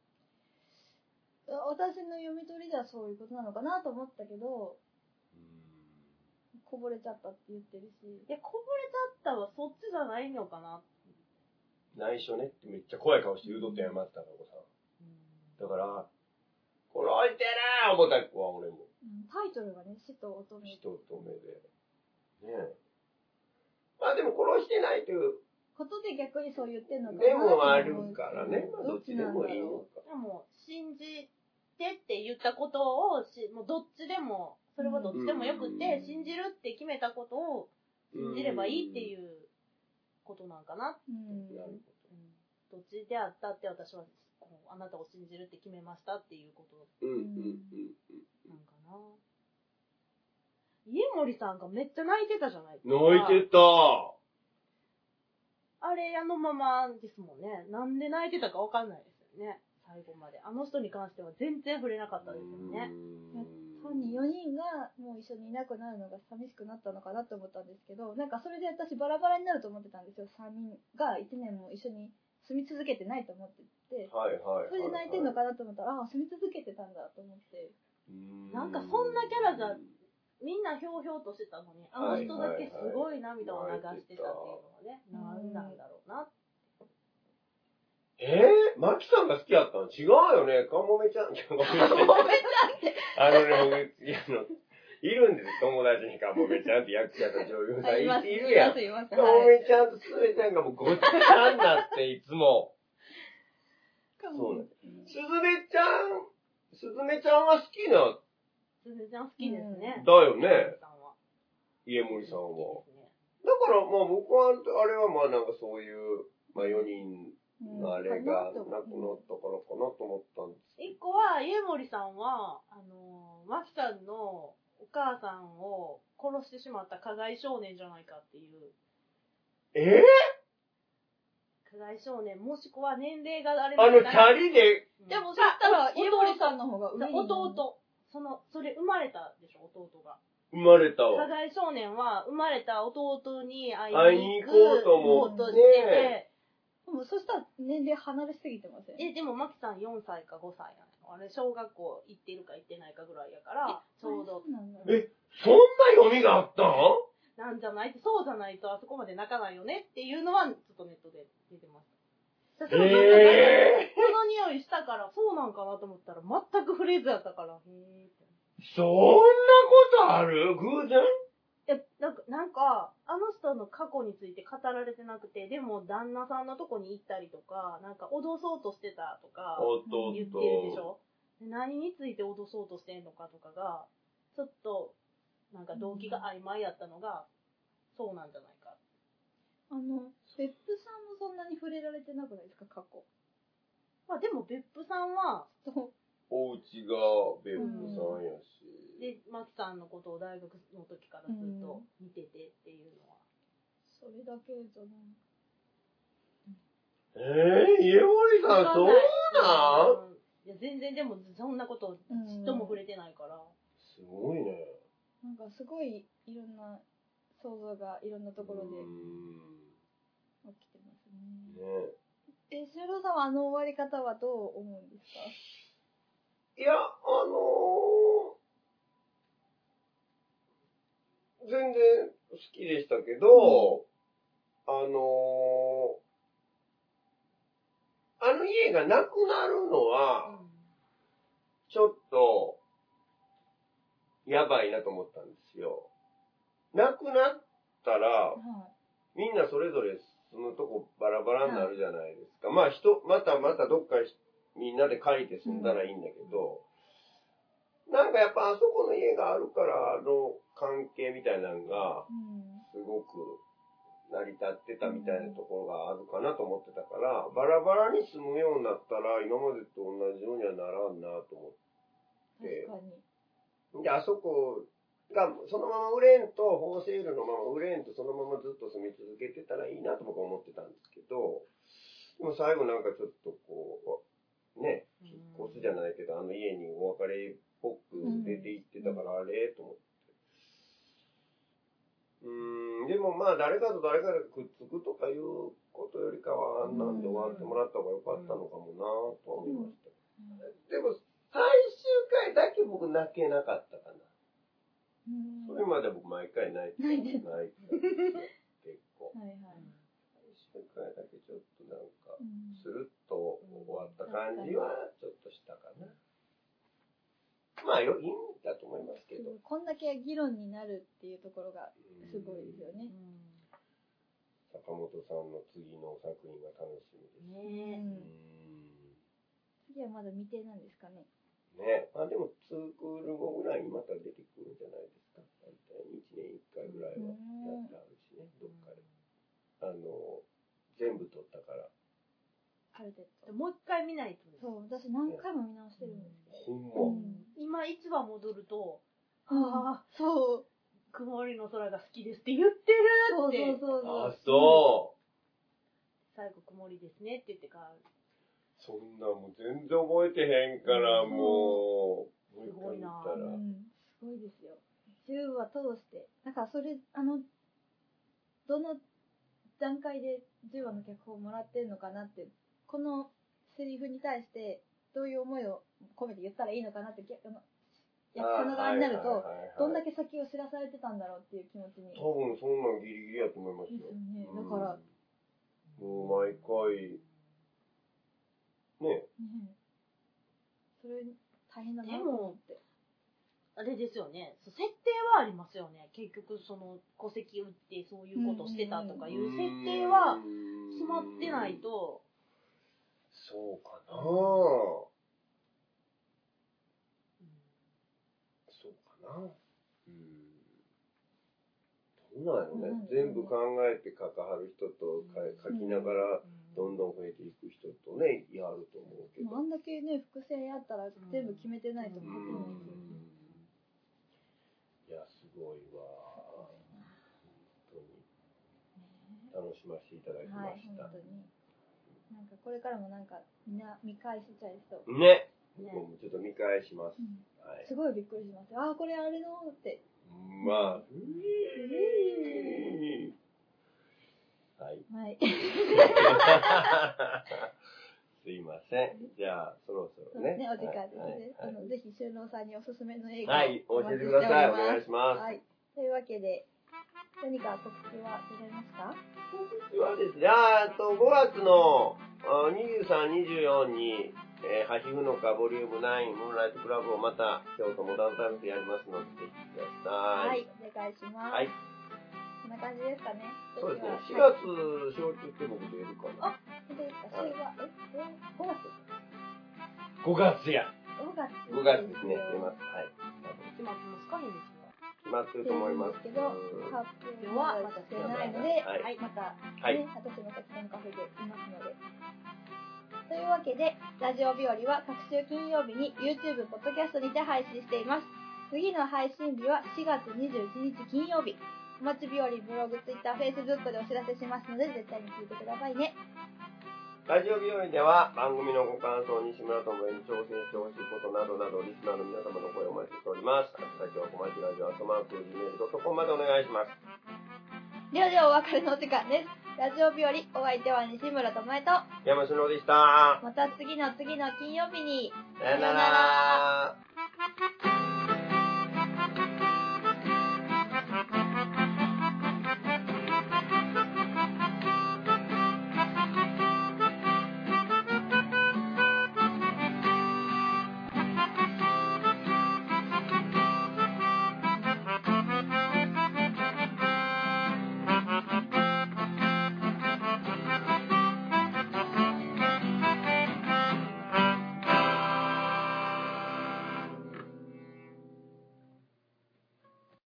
私の読み取りではそういうことなのかなと思ったけど、こぼれちゃったって言ってるし。 こぼれちゃったはそっちじゃないのかな。 内緒ねってめっちゃ怖い顔して言うとってやまってたからさ。だから、殺してなー思った子は俺も。 タイトルがね、死と乙女。 死と乙女で。ねえ。まあでも殺してないということで逆にそう言ってんのかな。 でもあるからね。まあどっちでもいいのか。 でも、信じてって言ったことをもうどっちでも、それはどっちでもよくて、信じるって決めたことを信じればいいっていうことなんかな。どっちであったって私はあなたを信じるって決めましたっていうことなんかな。家森さんがめっちゃ泣いてたじゃないですか。 泣いてた。 あれあのままですもんね。なんで泣いてたかわかんないですよね。最後まで。あの人に関しては全然触れなかったですよね。 本人4人がもう一緒にいなくなるのが寂しくなったのかなと思ったんですけど、なんかそれで私バラバラになると思ってたんですよ。3人が1年も一緒に住み続けてないと思ってて、それで泣いてんのかなと思ったら、ああ、住み続けてたんだと思って。 なんかそんなキャラじゃ、みんなひょうひょうとしてたのに、あの人だけすごい涙を流してたっていうのがね、なんだろうな。 マキさんが好きやったの違うよね。かもめちゃん。かもめちゃんって。いるんです、友達にかもめちゃんって役者と女優さんいるやん。かもめちゃんとすずめちゃんがもうごっちゃになっていつも。そうなんです。すずめちゃんは好きな。 すずめちゃん好きですね。 だよね。家森さんは。だからまあ僕は、あれはまあなんかそういう、まあ4人、あれがなくなったからかなと思ったんです。 一個は、家森さんは、マキさんのお母さんを殺してしまった加害少年じゃないかっていう。加害少年、もしくは年齢があれチャリで。 でもそしたら、家森さんの方が上に。 弟。それ生まれたでしょ、弟が。 生生まれたわ。 課題少年は生まれた弟に会いに行会いに行こうと思ってこうとしてて、 でもそしたら年齢離れすぎてません？ でもマキさん4歳か5歳なの。あれ、小学校行ってるか行ってないかぐらいやから、ちょうど。 そうなんだ。 そんな読みがあったん？ なんじゃないそうじゃないとあそこまで泣かないよねっていうのは、ちょっとネットで出てました。その匂いしたから、そうなんかなと思ったら、全くフレーズやったから、 そんなことある？偶然？ なんか、あの人の過去について語られてなくて、でも旦那さんのとこに行ったりとか、なんか脅そうとしてたとか言ってるでしょ。何について脅そうとしてんのかとかが、ちょっと、なんか動機が曖昧やったのが、そうなんじゃないか。 別府さんもそんなに触れられてなくないですか、過去。 まあでも別府さんは、 お家が別府さんやし。 で、マキさんのことを大学の時からずっと見ててっていうのは。 それだけじゃない。 家森さん、そうなん？ いや、全然でもそんなことちっとも触れてないから。 すごいね。 なんかすごいいろんな想像がいろんなところで起きてますね。シロさんはあの終わり方はどう思うんですか？ いや、全然好きでしたけど、あの家がなくなるのは、ちょっと、やばいなと思ったんですよ。なくなったら、みんなそれぞれ住むとこバラバラになるじゃないですか。まあまたどっかみんなで借りて住んだらいいんだけど、なんかやっぱあそこの家があるからの関係みたいなのが、すごく成り立ってたみたいなところがあるかなと思ってたから、バラバラに住むようになったら今までと同じようにはならんなと思って。 確かに。 で、あそこがそのまま売れんと、ホーセールのまま売れんとそのままずっと住み続けてたらいいなと僕は思ってたんですけど、でも最後なんかちょっとこう、ね、引っ越すじゃないけど、あの家にお別れっぽく出て行ってたからあれと思って。でもまあ誰かと誰かがくっつくとかいうことよりかは、あんなんで終わってもらった方が良かったのかもなと思いました。でも最終回だけ僕泣けなかったかな。それまで僕毎回泣いてたんですよ、結構。最終回だけちょっとなんか、スルッと終わった感じはちょっとしたかな。まあいいんだと思いますけど。 こんだけ議論になるっていうところがすごいですよね。 坂本さんの次の作品が楽しみですね。 次はまだ未定なんですかね。 ね、でも2クール後ぐらいにまた出てくるんじゃないですか。大体1年1回ぐらいはやってあるしね、どっかで。全部撮ったから。 ある程度。 もう一回見ないと。 そう、私何回も見直してるんですけど。 今1話戻ると、 そう。 曇りの空が好きですって言ってるって。 そう。 最後曇りですねって言ってから。 そんなもう全然覚えてへんから、もうすごいな。 すごいですよ。10話通して。だからそれ、どの段階で10話の脚本をもらってるのかなって、このセリフに対してどういう思いを込めて言ったらいいのかなって、役者の側になると、どんだけ先を知らされてたんだろうっていう気持ちに。 多分そんなんギリギリやと思いますよ。 ですよね。だから、 もう毎回、ね。 それ大変だなと思って。 あれですよね。設定はありますよね。結局その戸籍打ってそういうことしてたとかいう設定は決まってないと。 そうかな。そうかな。どうなんやろね。全部考えて書かはる人と書きながらどんどん増えていく人とね、やると思うけど。 あんだけね、伏線やったら全部決めてないと書けないですよね。 いや、すごいわ。本当に。楽しませていただきました。 はい、本当に。なんかこれからもなんかみんな見返しちゃいそう。 ね。僕もちょっと見返します。 すごいびっくりします。これあれのって。 まあ、はい。 はい。 すいません。じゃあ、そろそろね。 お時間ですね。ぜひ、修能さんにおすすめの映画をはい、教えてください。お願いします。 はい。というわけで、何か告知はございますか？ 告知はですね、5月の23、24に、ハヒフノカボリューム9ムーンライトクラブをまた京都モダンタイムズやりますので、ぜひ来てください。 はい、お願いします。 はい。 こんな感じですかね。 そうですね。4月、小中って僕出るかな。 あ、本当ですか。それは、5月 5月や。 5月ですね。出ます。はい。 決まってますか、返事は。 決まってると思いますけど、発表はまだしてないので、 はい、 また、ね、私も先ほどのカフェでいますので。というわけで、ラジオ日和は各週金曜日に YouTube、ポッドキャストにて配信しています。次の配信日は4月21日金曜日。お待ち日和ブログ、Twitter、Facebook でお知らせしますので、絶対に聞いてくださいね。 ラジオ日和では番組のご感想、西村智也に挑戦してほしいことなどなど、リスナーの皆様の声をお待ちしております。先は小町ラジオ@gmail.com までお願いします。 ではではお別れのお時間です。ラジオ日和、お相手は西村智也と山篠でした。 また次の金曜日に。 さよなら。